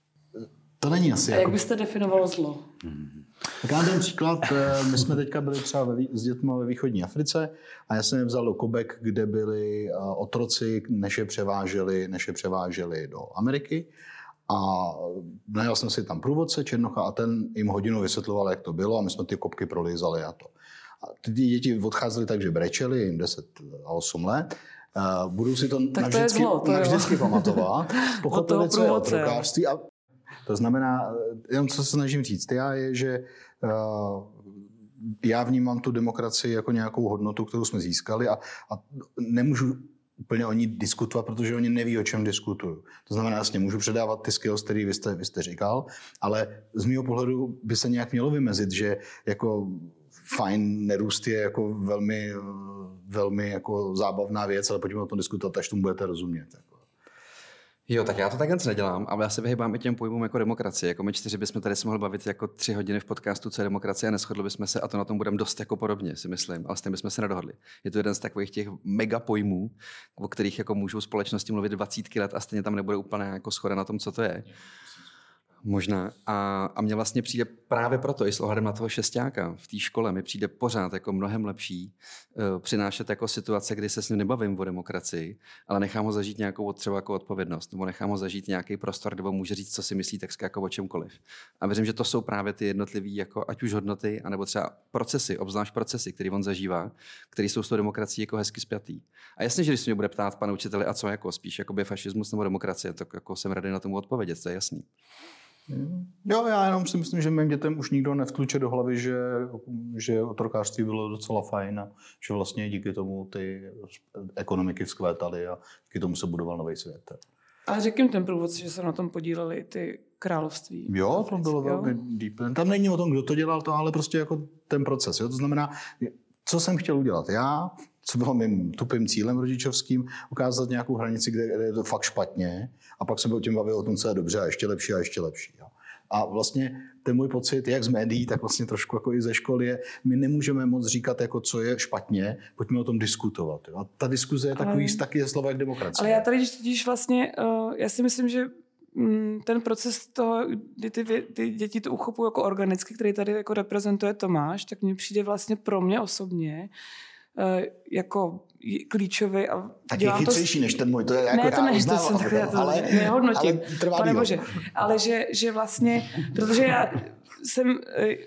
To není asi. A jako... jak byste definovalo zlo? Tak já dám příklad, my jsme teďka byli třeba ve, s dětmi ve východní Africe a já jsem je vzal do Kobek, kde byli otroci, než je převáželi, než je převáželi do Ameriky. A najel jsem si tam průvodce Černocha a ten jim hodinu vysvětloval, jak to bylo a my jsme ty kopky prolízali a to. A ty děti odcházely tak, že brečeli, jim deset a osm let. Uh, budou si to tak navždycky, to zlo, to navždycky pamatovat. Pochopili, co je otrokářství. A to znamená, jenom co se snažím říct já, je, že uh, já vnímám tu demokracii jako nějakou hodnotu, kterou jsme získali a, a nemůžu úplně o ní diskutovat, protože oni neví, o čem diskutují. To znamená, jasně, můžu předávat ty skills, které vy jste, vy jste říkal, ale z mého pohledu by se nějak mělo vymezit, že jako fajn, nerůst je jako velmi, velmi jako zábavná věc, ale pojďme o tom diskutovat, až tomu budete rozumět. Jako. Jo, tak já to takhle nedělám, ale já se vyhýbám i těm pojmům jako demokracie. Jako my čtyři bychom tady se mohli bavit jako tři hodiny v podcastu, co je demokracie, a neshodli bychom se, a to na tom budeme dost jako podobně, si myslím, ale s tím bychom se nedohodli. Je to jeden z takových těch mega pojmů, o kterých jako můžou společnosti mluvit dvacítky let a stejně tam nebude úplně jako shoda na tom, co to je. Možná. A, a mně vlastně přijde právě proto, i s ohledem na toho šestáka v té škole, mi přijde pořád jako mnohem lepší uh, přinášet jako situace, kdy se s ním nebavím o demokracii, ale nechám ho zažít nějakou třeba jako odpovědnost, nebo nechám ho zažít nějaký prostor, kde může říct, co si myslí, tak jako o čemkoliv. A věřím, že to jsou právě ty jednotlivé, jako ať už hodnoty, anebo třeba procesy, obzvlášť procesy, které on zažívá, které jsou s tou demokracií jako hezky spjatý. A jasně, že když se mě bude ptát, pane učiteli, a co jako spíš, jako by fašismus nebo demokracie, tak jako jsem radý na tomu odpovědět, to je jasný. Jo, já jenom si myslím, že mým dětem už nikdo nevtluče do hlavy, že, že otrokářství bylo docela fajn a že vlastně díky tomu ty ekonomiky vzkvétaly a díky tomu se budoval nový svět. Ale řekl jim ten průvodce, že se na tom podíleli ty království. Jo, to bylo velmi deep. Tam není o tom, kdo to dělal, to ale prostě jako ten proces. Jo? To znamená, co jsem chtěl udělat já, co bylo mým tupým cílem rodičovským, ukázat nějakou hranici, kde, kde je to fakt špatně, a pak jsem byl tím bavil o tom, co je dobře a ještě lepší a ještě lepší. Jo. A vlastně ten můj pocit, jak z médií, tak vlastně trošku jako i ze školy je, my nemůžeme moc říkat, jako, co je špatně, pojďme o tom diskutovat. Jo. A ta diskuze je takový, ale, taky je slovo jak demokracie. Ale já tady totiž vlastně, uh, já si myslím, že ten proces toho, kdy ty, ty děti to uchopují jako organicky, který tady jako reprezentuje Tomáš, tak mně přijde vlastně pro mě osobně uh, jako klíčový. A tak je chytřejší to... než ten můj, to je jako ne, to ne, to jsem takhle, já to ale, nehodnotím, ale pane bože. Ale že, že vlastně, protože já jsem uh,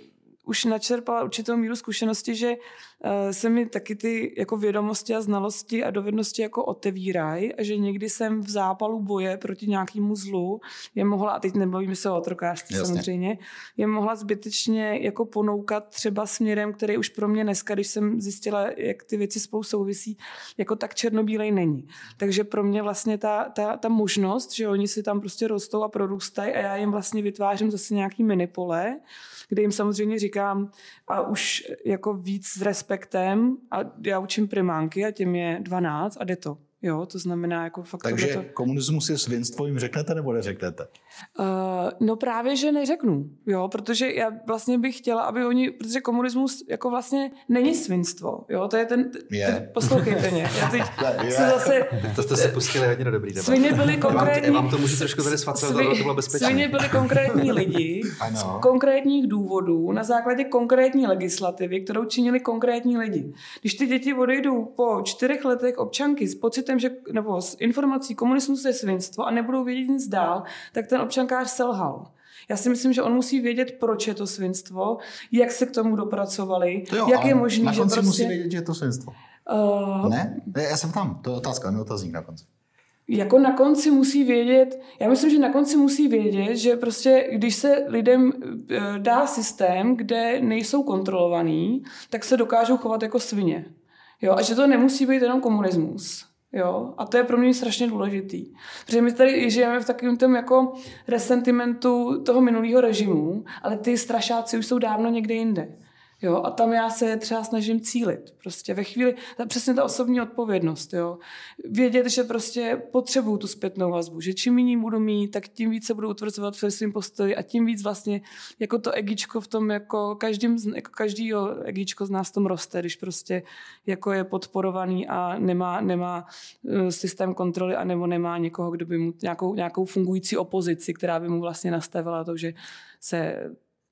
už načerpala určitou míru zkušenosti, že uh, se mi taky ty jako vědomosti a znalosti a dovednosti jako otevírají a že někdy jsem v zápalu boje proti nějakému zlu je mohla, a teď nebavíme se o otrokářství samozřejmě, je mohla zbytečně jako ponoukat třeba směrem, který už pro mě dneska, když jsem zjistila, jak ty věci spolu souvisí, jako tak černobílej není. Takže pro mě vlastně ta, ta, ta možnost, že oni si tam prostě rostou a prorůstají a já jim vlastně vytvářím zase nějaký minipole, kde jim samozřejmě říkám a už jako víc s respektem a já učím primánky a těm je dvanáct a jde to. Jo, to znamená jako fakt... Takže to... komunismus je svinstvo, jim řeknete nebo neřeknete? Uh, no právě, že neřeknu, jo, protože já vlastně bych chtěla, aby oni, protože komunismus jako vlastně není svinstvo, jo, to je ten... Je. ten poslouchejte mě, já teď se zase... To jste se pustili hodně do dobrý debat. Svině byli konkrétní... Já vám to můžu trošku tady svatovat, Svi... to bylo bezpečné. Svině byli konkrétní lidi z konkrétních důvodů, na základě konkrétní legislativy, kterou činili konkrétní lidi. Když ty děti odejdou po čtyřech letech občanky s pocitem, že, nebo s informací komunismus je svinstvo a nebudou vědět nic dál, tak ten občankář selhal. Já si myslím, že on musí vědět, proč je to svinstvo, jak se k tomu dopracovali, to jo, jak je možný, na že konci prostě... musí vědět, že je to svinstvo. Uh... Ne? Já jsem tam, to je otázka, ne otazník na konci. Jako na konci musí vědět, já myslím, že na konci musí vědět, že prostě když se lidem dá systém, kde nejsou kontrolovaný, tak se dokážou chovat jako svině. Jo, a že to nemusí být jenom komunismus. Jo, a to je pro mě strašně důležitý. Protože my tady žijeme v takovém tom jako resentimentu toho minulého režimu, ale ty strašáci už jsou dávno někde jinde. Jo, a tam já se třeba snažím cílit. Prostě ve chvíli, ta, přesně ta osobní odpovědnost. Jo. Vědět, že prostě potřebuju tu zpětnou vazbu, že čím méně budu mít, tak tím víc se budu utvrzovat v svým postoji a tím víc vlastně jako to egíčko v tom, jako, každým, jako každýho egíčko z nás tom roste, když prostě jako je podporovaný a nemá, nemá systém kontroly a nebo nemá někoho, kdo by mu nějakou, nějakou fungující opozici, která by mu vlastně nastavila to, že se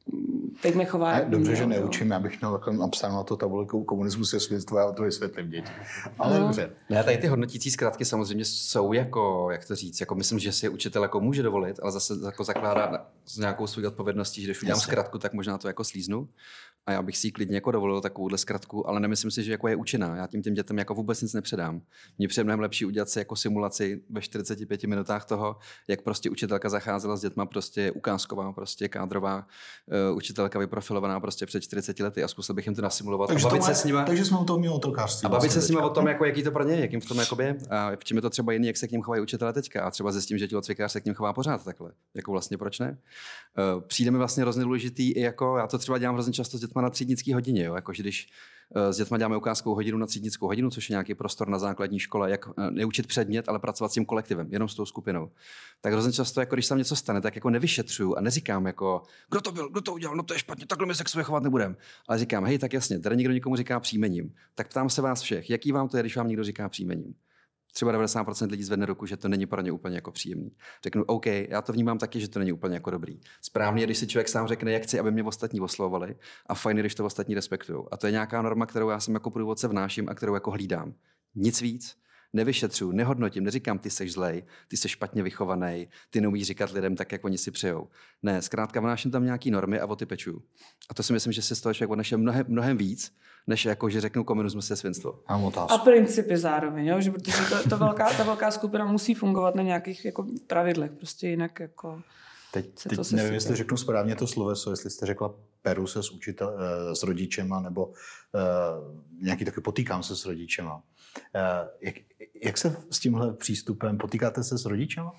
teď nechová. Ne, dobře, že neučím, já bych měl takhle napsáno na to tabulku komunismus je svinstvo, já to vysvětlím děti. Ale no. Dobře. Ne, tady ty hodnotící zkratky samozřejmě jsou jako, jak to říct, jako myslím, že si učitel jako může dovolit, ale zase jako zakládá s nějakou svou odpovědností, že když udělám zkratku, tak možná to jako slíznu. A já bych si ji klidně jako dovolil takovouhle zkratku, ale nemyslím si, že jako je účinná. Já tím těm dětem jako vůbec nic nepředám. Mně přijde mnohem lepší udělat si jako simulaci ve čtyřiceti pěti minutách toho, jak prostě učitelka zacházela s dětma, prostě ukázková, prostě kádrová, uh, učitelka vyprofilovaná prostě před čtyřiceti lety a zkusil bych jim to nasimulovat. Takže, a bavit to se má, s nima, takže jsme u toho mimo otrokářství. A bavit vlastně se s nimi teďka. o tom, jako, jaký to pro ně, jak jim v tom jakoby, a v čem je to třeba jiný, jak se k ním chovají učitelé teďka. A třeba zjistím, že tělocvikář se k ním chová pořád takhle. Jako vlastně proč ne? Uh, přijde mi vlastně hrozně důležitý i jako, já to třeba dělám hrozně často s dětma na třídnický hodině, jo? Jako, že když s dětma děláme ukázkovou hodinu na třídnickou hodinu, což je nějaký prostor na základní škole, jak neučit předmět, ale pracovat s tím kolektivem, jenom s tou skupinou. Tak hrozně často, jako když se tam něco stane, tak jako nevyšetřuju a neříkám jako, kdo to byl, kdo to udělal, no to je špatně, takhle my se k sobě chovat nebudeme. Ale říkám, hej, tak jasně, tady někdo někomu říká příjmením. Tak ptám se vás všech, jaký vám to je, když vám někdo říká příjmením? Třeba devadesát procent lidí zvedne ruku, že to není pro ně úplně jako příjemný. Řeknu, OK, já to vnímám taky, že to není úplně jako dobrý. Správně je, když si člověk sám řekne, jak chci, aby mě ostatní oslovovali, a fajn, když to ostatní respektují. A to je nějaká norma, kterou já jsem jako průvodce vnáším a kterou jako hlídám. Nic víc. Nevyšetřuju, nehodnotím, neříkám, ty seš zlej, ty seš špatně vychovaný, ty neumíš říkat lidem tak, jak oni si přejou. Ne, zkrátka vnáším tam nějaký normy a o ty pečuju. A to si myslím, že si z toho člověk odnese mnohem, mnohem víc, než jako, že řeknu komunismus je svinstvo. A principy zároveň, jo? Že protože to, to velká, ta velká skupina musí fungovat na nějakých jako pravidlech, prostě jinak jako... Teď, teď nevím, jestli řeknu správně to sloveso, jestli jste řekla peru se s, učitel, s rodičema, nebo uh, nějaký taky potýkám se s rodičema. Uh, jak, jak se s tímhle přístupem potýkáte se s rodičema?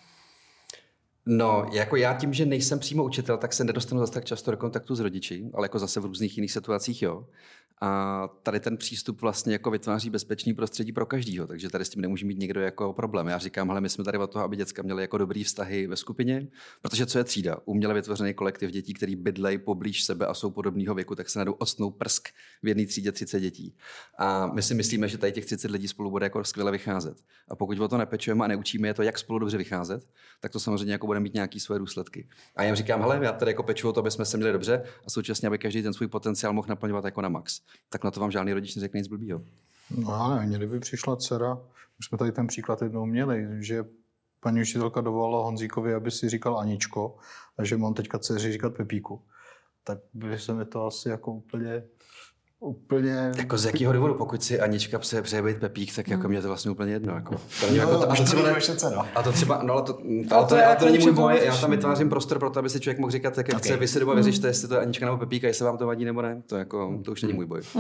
No, jako já tím, že nejsem přímo učitel, tak se nedostanu zase tak často do kontaktu s rodiči, ale jako zase v různých jiných situacích, jo. A tady ten přístup vlastně jako vytváří bezpečný prostředí pro každýho, takže tady s tím nemůže mít někdo jako problém. Já říkám, hele, my jsme tady od toho, aby děcka měly jako dobrý vztahy ve skupině, protože co je třída? Uměle vytvořený kolektiv dětí, který bydlejí poblíž sebe a jsou podobného věku, tak se najdou octnou prsk v jedné třídě třicet dětí. A my si myslíme, že tady těch třicet lidí spolu bude jako skvěle vycházet. A pokud o to nepečujeme a neučíme je to, jak spolu dobře vycházet, tak to samozřejmě jako bude mít nějaký svoje důsledky. A já jim říkám, hele, já tady jako peču o to, aby jsme se měli dobře a současně aby každý ten svůj potenciál mohl naplňovat jako na max. Tak na to vám žádný rodič neřekne nic blbýho. No ale kdyby přišla dcera, už jsme tady ten příklad jednou měli, že paní učitelka dovolila Honzíkovi, aby si říkal Aničko, a že mám teďka dceři říkat Pepíku, tak by se mi to asi jako úplně... Úplně... Jako z jakého důvodu, pokud si Anička přeje, přeje být Pepík, tak jako mě je to vlastně úplně jedno. Jako. To jo, jako to, a, to třeba ne, a to třeba, no ale to, to, ale to, to, to není můj boj, já tam vytvářím prostor pro to, aby si člověk mohl říkat, jak okay. chce, vy si doba vyřešte, jestli to je Anička nebo Pepíka, jestli vám to vadí nebo ne, to, jako, to už není můj boj.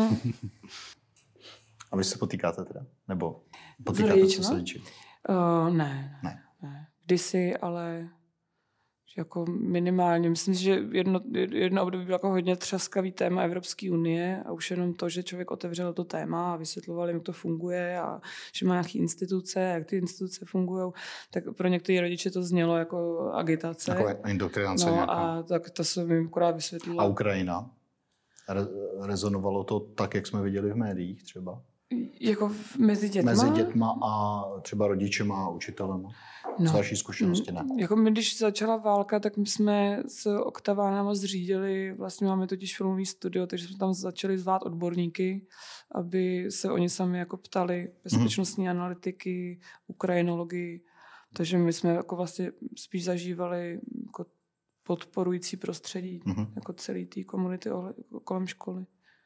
A vy se potýkáte teda? Nebo potýkáte se s rodiči? Uh, ne, ne, ne. Kdysi, ale... Jako minimálně. Myslím si, že jedno, jedno období bylo jako hodně třaskavý téma Evropské unie a už jenom to, že člověk otevřel to téma a vysvětloval jim, jak to funguje a že má nějaké instituce, jak ty instituce fungují, tak pro některé rodiče to znělo jako agitace. Jako indoktrinace no, nějaká. A tak to jsem jim akorát vysvětlila. A Ukrajina? Re- rezonovalo to tak, jak jsme viděli v médiích třeba? Jako v, mezi dětma? Mezi dětma a třeba rodičema a učitelema. No. Z vaší zkušenosti, ne? Jako my, když začala válka, tak my jsme s Oktavánama zřídili, vlastně máme totiž filmový studio, takže jsme tam začali zvát odborníky, aby se oni sami jako ptali bezpečnostní mm. analytiky, ukrajinologii, takže my jsme jako vlastně spíš zažívali jako podporující prostředí, mm. jako celý té komunity kolem školy.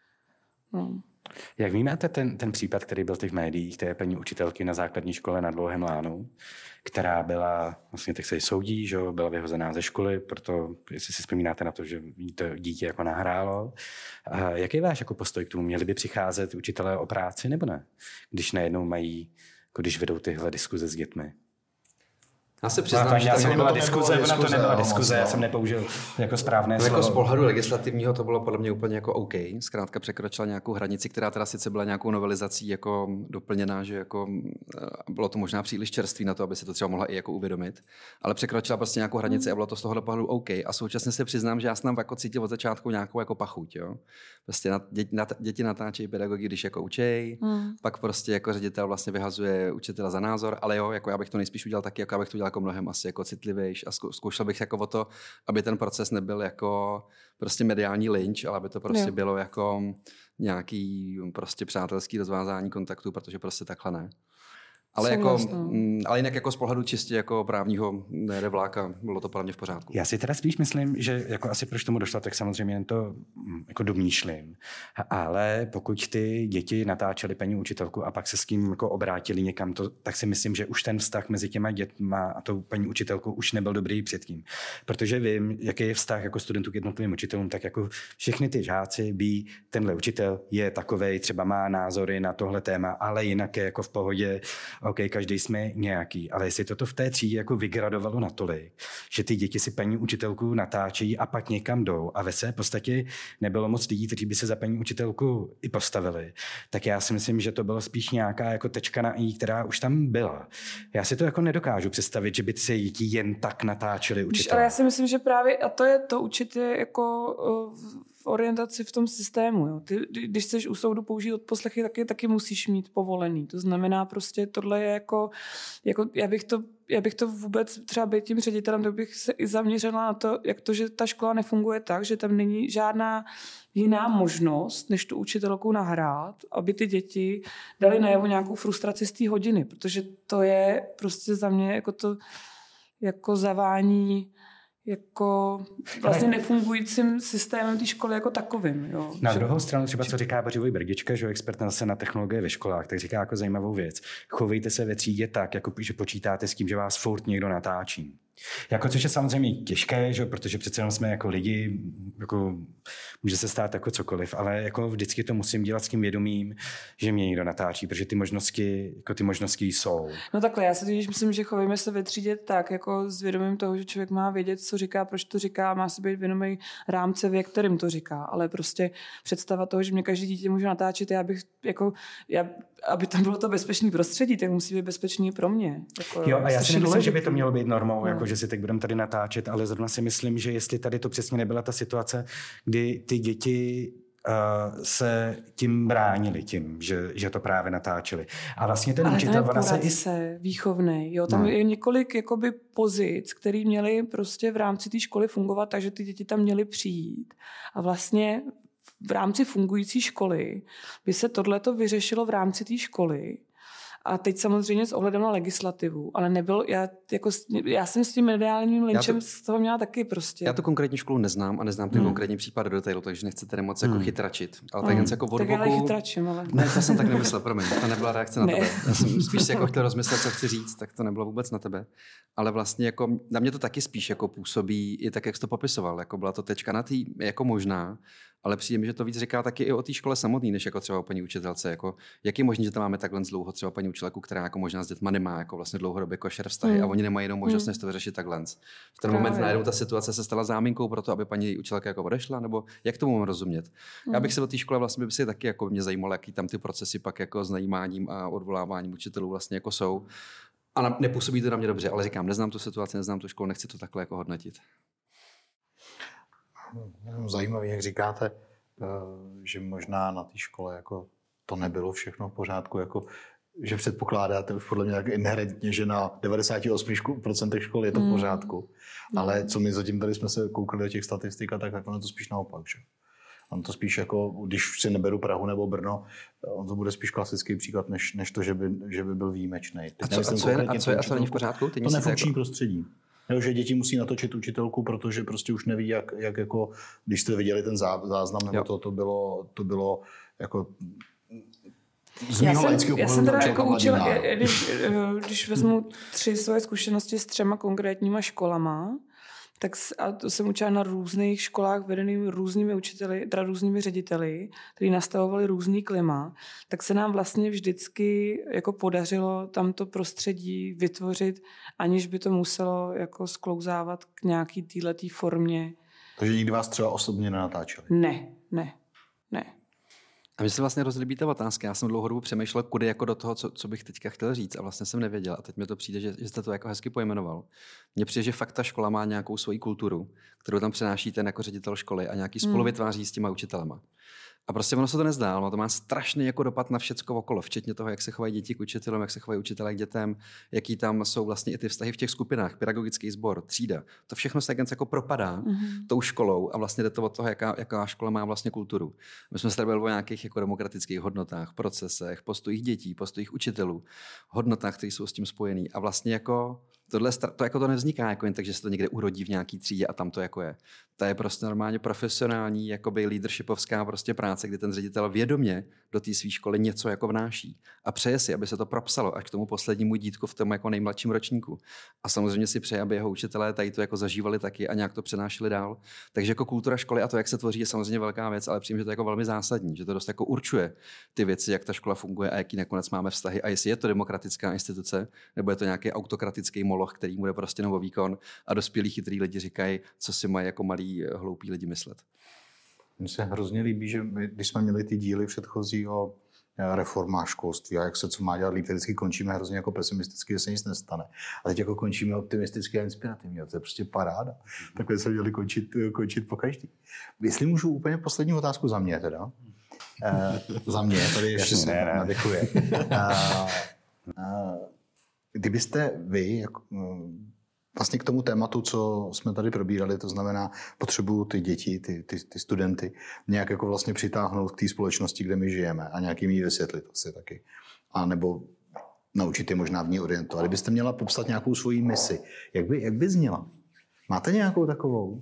No. Jak vnímáte ten, ten případ, který byl teď v médiích, té paní učitelky na základní škole na Dlouhém Lánu, která byla, vlastně teď se jí soudí, že byla vyhozená ze školy, proto, jestli si vzpomínáte na to, že jí to dítě jako nahrálo. A jaký je váš jako postoj k tomu? Měli by přicházet učitelé o práci nebo ne? Když najednou mají, jako když vedou tyhle diskuze s dětmi. Já se přiznám, no, že já jsem nebyla diskuze, ona to nebyla diskuze, já jsem nepoužil jako správné slovo. Jako z pohledu legislativního to bylo podle mě úplně jako OK. Zkrátka překročila nějakou hranici, která teda sice byla nějakou novelizací jako doplněná, že jako bylo to možná příliš čerství na to, aby si to třeba mohla i jako uvědomit, ale překročila prostě nějakou hranici a bylo to z tohohle pohledu OK. A současně se přiznám, že já jsem jako cítil od začátku nějakou jako pachuť, jo. Prostě na, děti, na, děti natáčejí pedagogy, když jako učej, hmm. pak prostě jako ředitel vlastně vyhazuje učitele za názor, ale jo, jako já bych to nejspíš udělal taky, jako já bych to udělal jako mnohem asi jako citlivější a zkoušel bych jako o to, aby ten proces nebyl jako prostě mediální lynč, ale aby to prostě jo. bylo jako nějaký prostě přátelský rozvázání kontaktů, protože prostě takhle ne. Ale, jako, ale jinak jako z pohledu čistě jako právního nevláka bylo to podle mě v pořádku. Já si teda spíš myslím, že jako asi proč tomu došlo, tak samozřejmě jen to jako domýšlím. Ale pokud ty děti natáčely paní učitelku a pak se s tím jako obrátili někam, to, tak si myslím, že už ten vztah mezi těma dětma a tou paní učitelkou už nebyl dobrý předtím. Protože vím, jaký je vztah jako studentů k jednotlivým učitelům, tak jako všechny ty žáci ví, tenhle učitel je takovej, třeba má názory na tohle téma, ale jinak je jako v pohodě. OK, každý jsme nějaký, ale jestli toto v té třídě jako vygradovalo natolik, že ty děti si paní učitelku natáčejí a pak někam jdou a ve své podstatě nebylo moc lidí, kteří by se za paní učitelku i postavili, tak já si myslím, že to bylo spíš nějaká jako tečka na i, která už tam byla. Já si to jako nedokážu představit, že by se děti jen tak natáčely učitelé. Ale já si myslím, že právě, a to je to učit je jako v orientaci v tom systému. Jo. Ty, když chceš u soudu použít odposlechy, taky, taky musíš mít povolený. To znamená prostě, tohle je jako, jako já bych to já bych to vůbec třeba být tím ředitelem, tak bych se i zaměřila na to, jak to, že ta škola nefunguje tak, že tam není žádná jiná možnost, než tu učitelku nahrát, aby ty děti dali najevo nějakou frustraci z té hodiny, protože to je prostě za mě jako to jako zavání jako vlastně nefungujícím systémem té školy jako takovým. Jo. Na že... druhou stranu třeba, co říká Bořivoj Brdička, že expert zase na technologie ve školách, tak říká jako zajímavou věc. Chovejte se ve třídě tak, jako že počítáte s tím, že vás furt někdo natáčí. Jako, což je samozřejmě těžké, že? Protože přece jenom jsme jako lidi, jako, může se stát jako cokoliv, ale jako vždycky to musím dělat s tím vědomím, že mě někdo natáčí, protože ty možnosti, jako ty možnosti jsou. No takhle, já si totiž myslím, že chovejme se ve třídě tak, jako s vědomím toho, že člověk má vědět, co říká, proč to říká, má si být vědomý rámce, ve kterým to říká, ale prostě představa toho, že mě každý dítě může natáčet, já bych, jako, já, aby tam bylo to bezpečné prostředí, tak musí být bezpečný pro mě. Jako, jo, a já si nemyslím, důležitý. že by to mělo být normou, no. jako, že si teď budeme tady natáčet, ale zrovna si myslím, že jestli tady to přesně nebyla ta situace, kdy ty děti uh, se tím bránili, tím, že, že to právě natáčeli. A vlastně ten ale učitel... Ale se i... výchovnej, jo, tam no. je několik jakoby pozic, které měly prostě v rámci té školy fungovat, takže ty děti tam měly přijít. A vlastně v rámci fungující školy by se tohleto vyřešilo v rámci té školy. A teď samozřejmě s ohledem na legislativu, ale nebyl, já, jako, já jsem s tím mediálním lynčem z toho měla taky prostě. Já tu konkrétní školu neznám a neznám ten hmm. konkrétní případ do detailu, takže nechci tady moc hmm. jako chytračit. Ale tak jen jako od tak boku... já chytračím, ale... Ne, to jsem tak nemyslel, promiň, to nebyla reakce na ne. tebe. Já jsem spíš si jako chtěl rozmyslet, co chci říct, tak to nebylo vůbec na tebe. Ale vlastně jako, na mě to taky spíš jako působí i tak, jak jsi to popisoval. Jako byla to tečka na tý, jako možná, ale přijde mi, že to víc říká taky i o té škole samotný, než jako třeba o paní učitelce. Jako, jak je možné, že tam máme takhle dlouho třeba paní učitelku, která jako možná s dětma nemá jako vlastně dlouhodobě košer vztahy hmm. a oni nemají jinou možnost, hmm. než to vyřešit takhle. V ten moment najednou ta situace se stala záminkou pro to, aby paní učitelka jako odešla, nebo jak tomu mám rozumět? Hmm. Já bych se o té škole vlastně by si taky jako mě zajímalo, jaký tam ty procesy pak jako s najímáním a odvoláváním učitelů vlastně jako jsou. A nepůsobí to na mě dobře, ale říkám, neznám tu situaci, neznám tu školu, nechci to takhle jako hodnotit. Zajímavé, jak říkáte, že možná na té škole jako to nebylo všechno v pořádku, jako, že předpokládáte už podle mě tak inherentně, že na devadesát osm procent škol je to v pořádku. Mm. Ale co my zatím tady jsme se koukali do těch statistik, tak tak ono to spíš naopak. Že? On to spíš jako, když si neberu Prahu nebo Brno, on to bude spíš klasický příklad, než, než to, že by, že by byl výjimečný. A co, a co je, a co je a co není v pořádku? Ty to nefunkční jako... prostředí. Jo, že děti musí natočit učitelku, protože prostě už neví, jak, jak jako, když jste viděli ten záznam, nebo to, to bylo, to bylo jako z mýho laického pohledu. Já jsem teda jako učila, když, když vezmu tři svoje zkušenosti s třema konkrétníma školama, tak a to jsem učila na různých školách vedenými různými učiteli, teda různými řediteli, kteří nastavovali různý klima, tak se nám vlastně vždycky jako podařilo tamto prostředí vytvořit, aniž by to muselo jako sklouzávat k nějaký téhletý formě. Takže nikdy vás třeba osobně nenatáčeli? Ne, ne, ne. A mně se vlastně rozlíbí ta otázka. Já jsem dlouho dobu přemýšlel, kudy jako do toho, co, co bych teďka chtěl říct a vlastně jsem nevěděl. A teď mi to přijde, že, že jste to jako hezky pojmenoval. Mně přijde, že fakt ta škola má nějakou svoji kulturu, kterou tam přenáší ten jako ředitel školy a nějaký spolu vytváří s těma učitelema. A prostě ono se to nezdá, ono to má strašný jako dopad na všecko okolo, včetně toho, jak se chovají děti k učitelům, jak se chovají učitelé k dětem, jaký tam jsou vlastně i ty vztahy v těch skupinách, pedagogický sbor, třída. To všechno se jako propadá mm-hmm. tou školou a vlastně jde to od toho, jaká, jaká škola má vlastně kulturu. My jsme se tady bavili o nějakých jako demokratických hodnotách, procesech, postojích dětí, postojích učitelů, hodnotách, které jsou s tím spojený. A vlastně jako tohle to jako to nevzniká jako jen tak, že se to někde urodí v nějaký třídě a tam to jako je. To je prostě normálně profesionální, jakoby leadershipovská prostě práce, kdy ten ředitel vědomě do té své školy něco jako vnáší a přeje si, aby se to propsalo až k tomu poslednímu dítku v tom jako nejmladším ročníku. A samozřejmě si přeje, aby jeho učitelé tady to jako zažívali taky a nějak to přenášeli dál. Takže jako kultura školy a to, jak se tvoří, je samozřejmě velká věc, ale přijím, že to je jako velmi zásadní, že to dost jako určuje ty věci, jak ta škola funguje a jaký nakonec máme vztahy a jestli je to demokratická instituce, nebo je to nějaký autokratický moloch, který bude prostě nebo výkon a dospělí chytrý lidi říkají, co si mají jako malí hloupí lidi myslet. Mně se hrozně líbí, že my, když jsme měli ty díly předchozí o reformách školství a jak se co má dělat líp, vždycky končíme hrozně jako pesimisticky, že se nic nestane. A teď jako končíme optimisticky a inspirativně. To je prostě paráda. Takhle se měli končit, končit po každý. Jestli můžu úplně poslední otázku za mě teda. E, za mě, tady ještě se nadechuje. Kdybyste vy, jako, vlastně k tomu tématu, co jsme tady probírali, to znamená, potřebuju ty děti, ty, ty, ty studenty, nějak jako vlastně přitáhnout k té společnosti, kde my žijeme a nějakým jí vysvětlit asi taky. A nebo naučit je možná v ní orientovat. Kdybyste měla popsat nějakou svoji misi, jak by, jak by zněla? Máte nějakou takovou?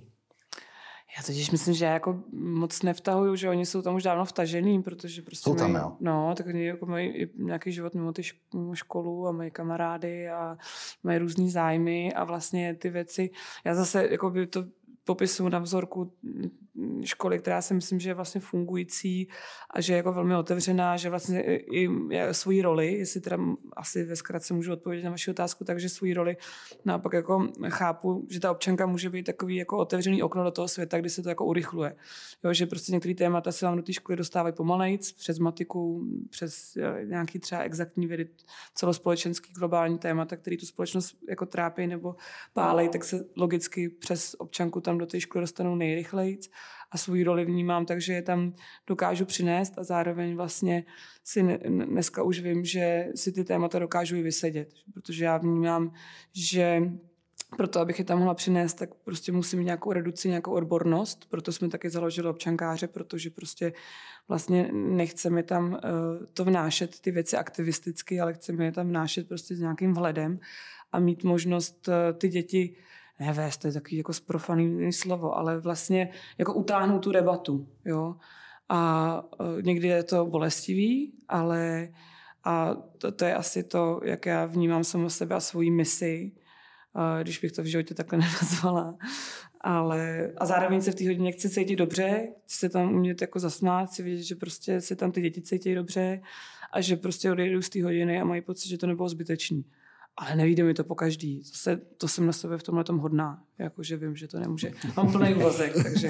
Já totiž myslím, že já jako moc nevtahuju, že oni jsou tam už dávno vtažený, protože prostě jsou tam, mají, jo? No, tak oni jako mají i nějaký život mimo, ty šk- mimo školu a mají kamarády a mají různý zájmy a vlastně ty věci, já zase jako by to popisuju na vzorku školy, která si myslím, že je vlastně fungující a že je jako velmi otevřená, že vlastně i svoji roli, jestli teda asi ve zkratce můžu odpovědět na vaši otázku, takže svoji roli naopak jako chápu, že ta občanka může být takový jako otevřený okno do toho světa, kdy se to jako urychluje. Jo, že prostě některé témata se vám do té školy dostávají pomalejc, přes matiku, přes nějaký třeba exaktní vědy, celospolečenský globální témata, který tu společnost jako trápí nebo pálej, tak se logicky přes občanku tam do té školy dostanou nejrychleji a svou roli vnímám, takže je tam dokážu přinést a zároveň vlastně si dneska už vím, že si ty témata dokážu i vysedět, protože já vnímám, že proto, abych je tam mohla přinést, tak prostě musím mít nějakou reduci, nějakou odbornost, proto jsme taky založili občankáře, protože prostě vlastně nechceme tam uh, to vnášet ty věci aktivisticky, ale chceme je tam vnášet prostě s nějakým vhledem a mít možnost uh, ty děti nevést, to je takový jako sprofaný slovo, ale vlastně jako utáhnout tu debatu, jo. A uh, někdy je to bolestivý, ale a to, to je asi to, jak já vnímám sama sebe a svoji misi, uh, když bych to v životě takhle nenazvala. Ale, a zároveň se v té hodině chci cítit dobře, chci se tam umět jako zasmát, chci vidět, že prostě se tam ty děti cítí dobře a že prostě odejdou z té hodiny a mají pocit, že to nebylo zbytečný. Ale nevíde mi to po každý. Zase, to jsem na sebe v tomhle tom hodná. Jakože vím, že to nemůže. Mám plný úvazek, takže...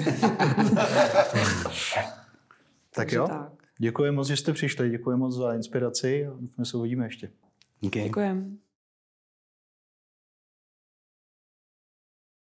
tak jo, tak. Děkuji moc, že jste přišli. Děkuji moc za inspiraci a my se uvidíme ještě. Díky. Děkujem.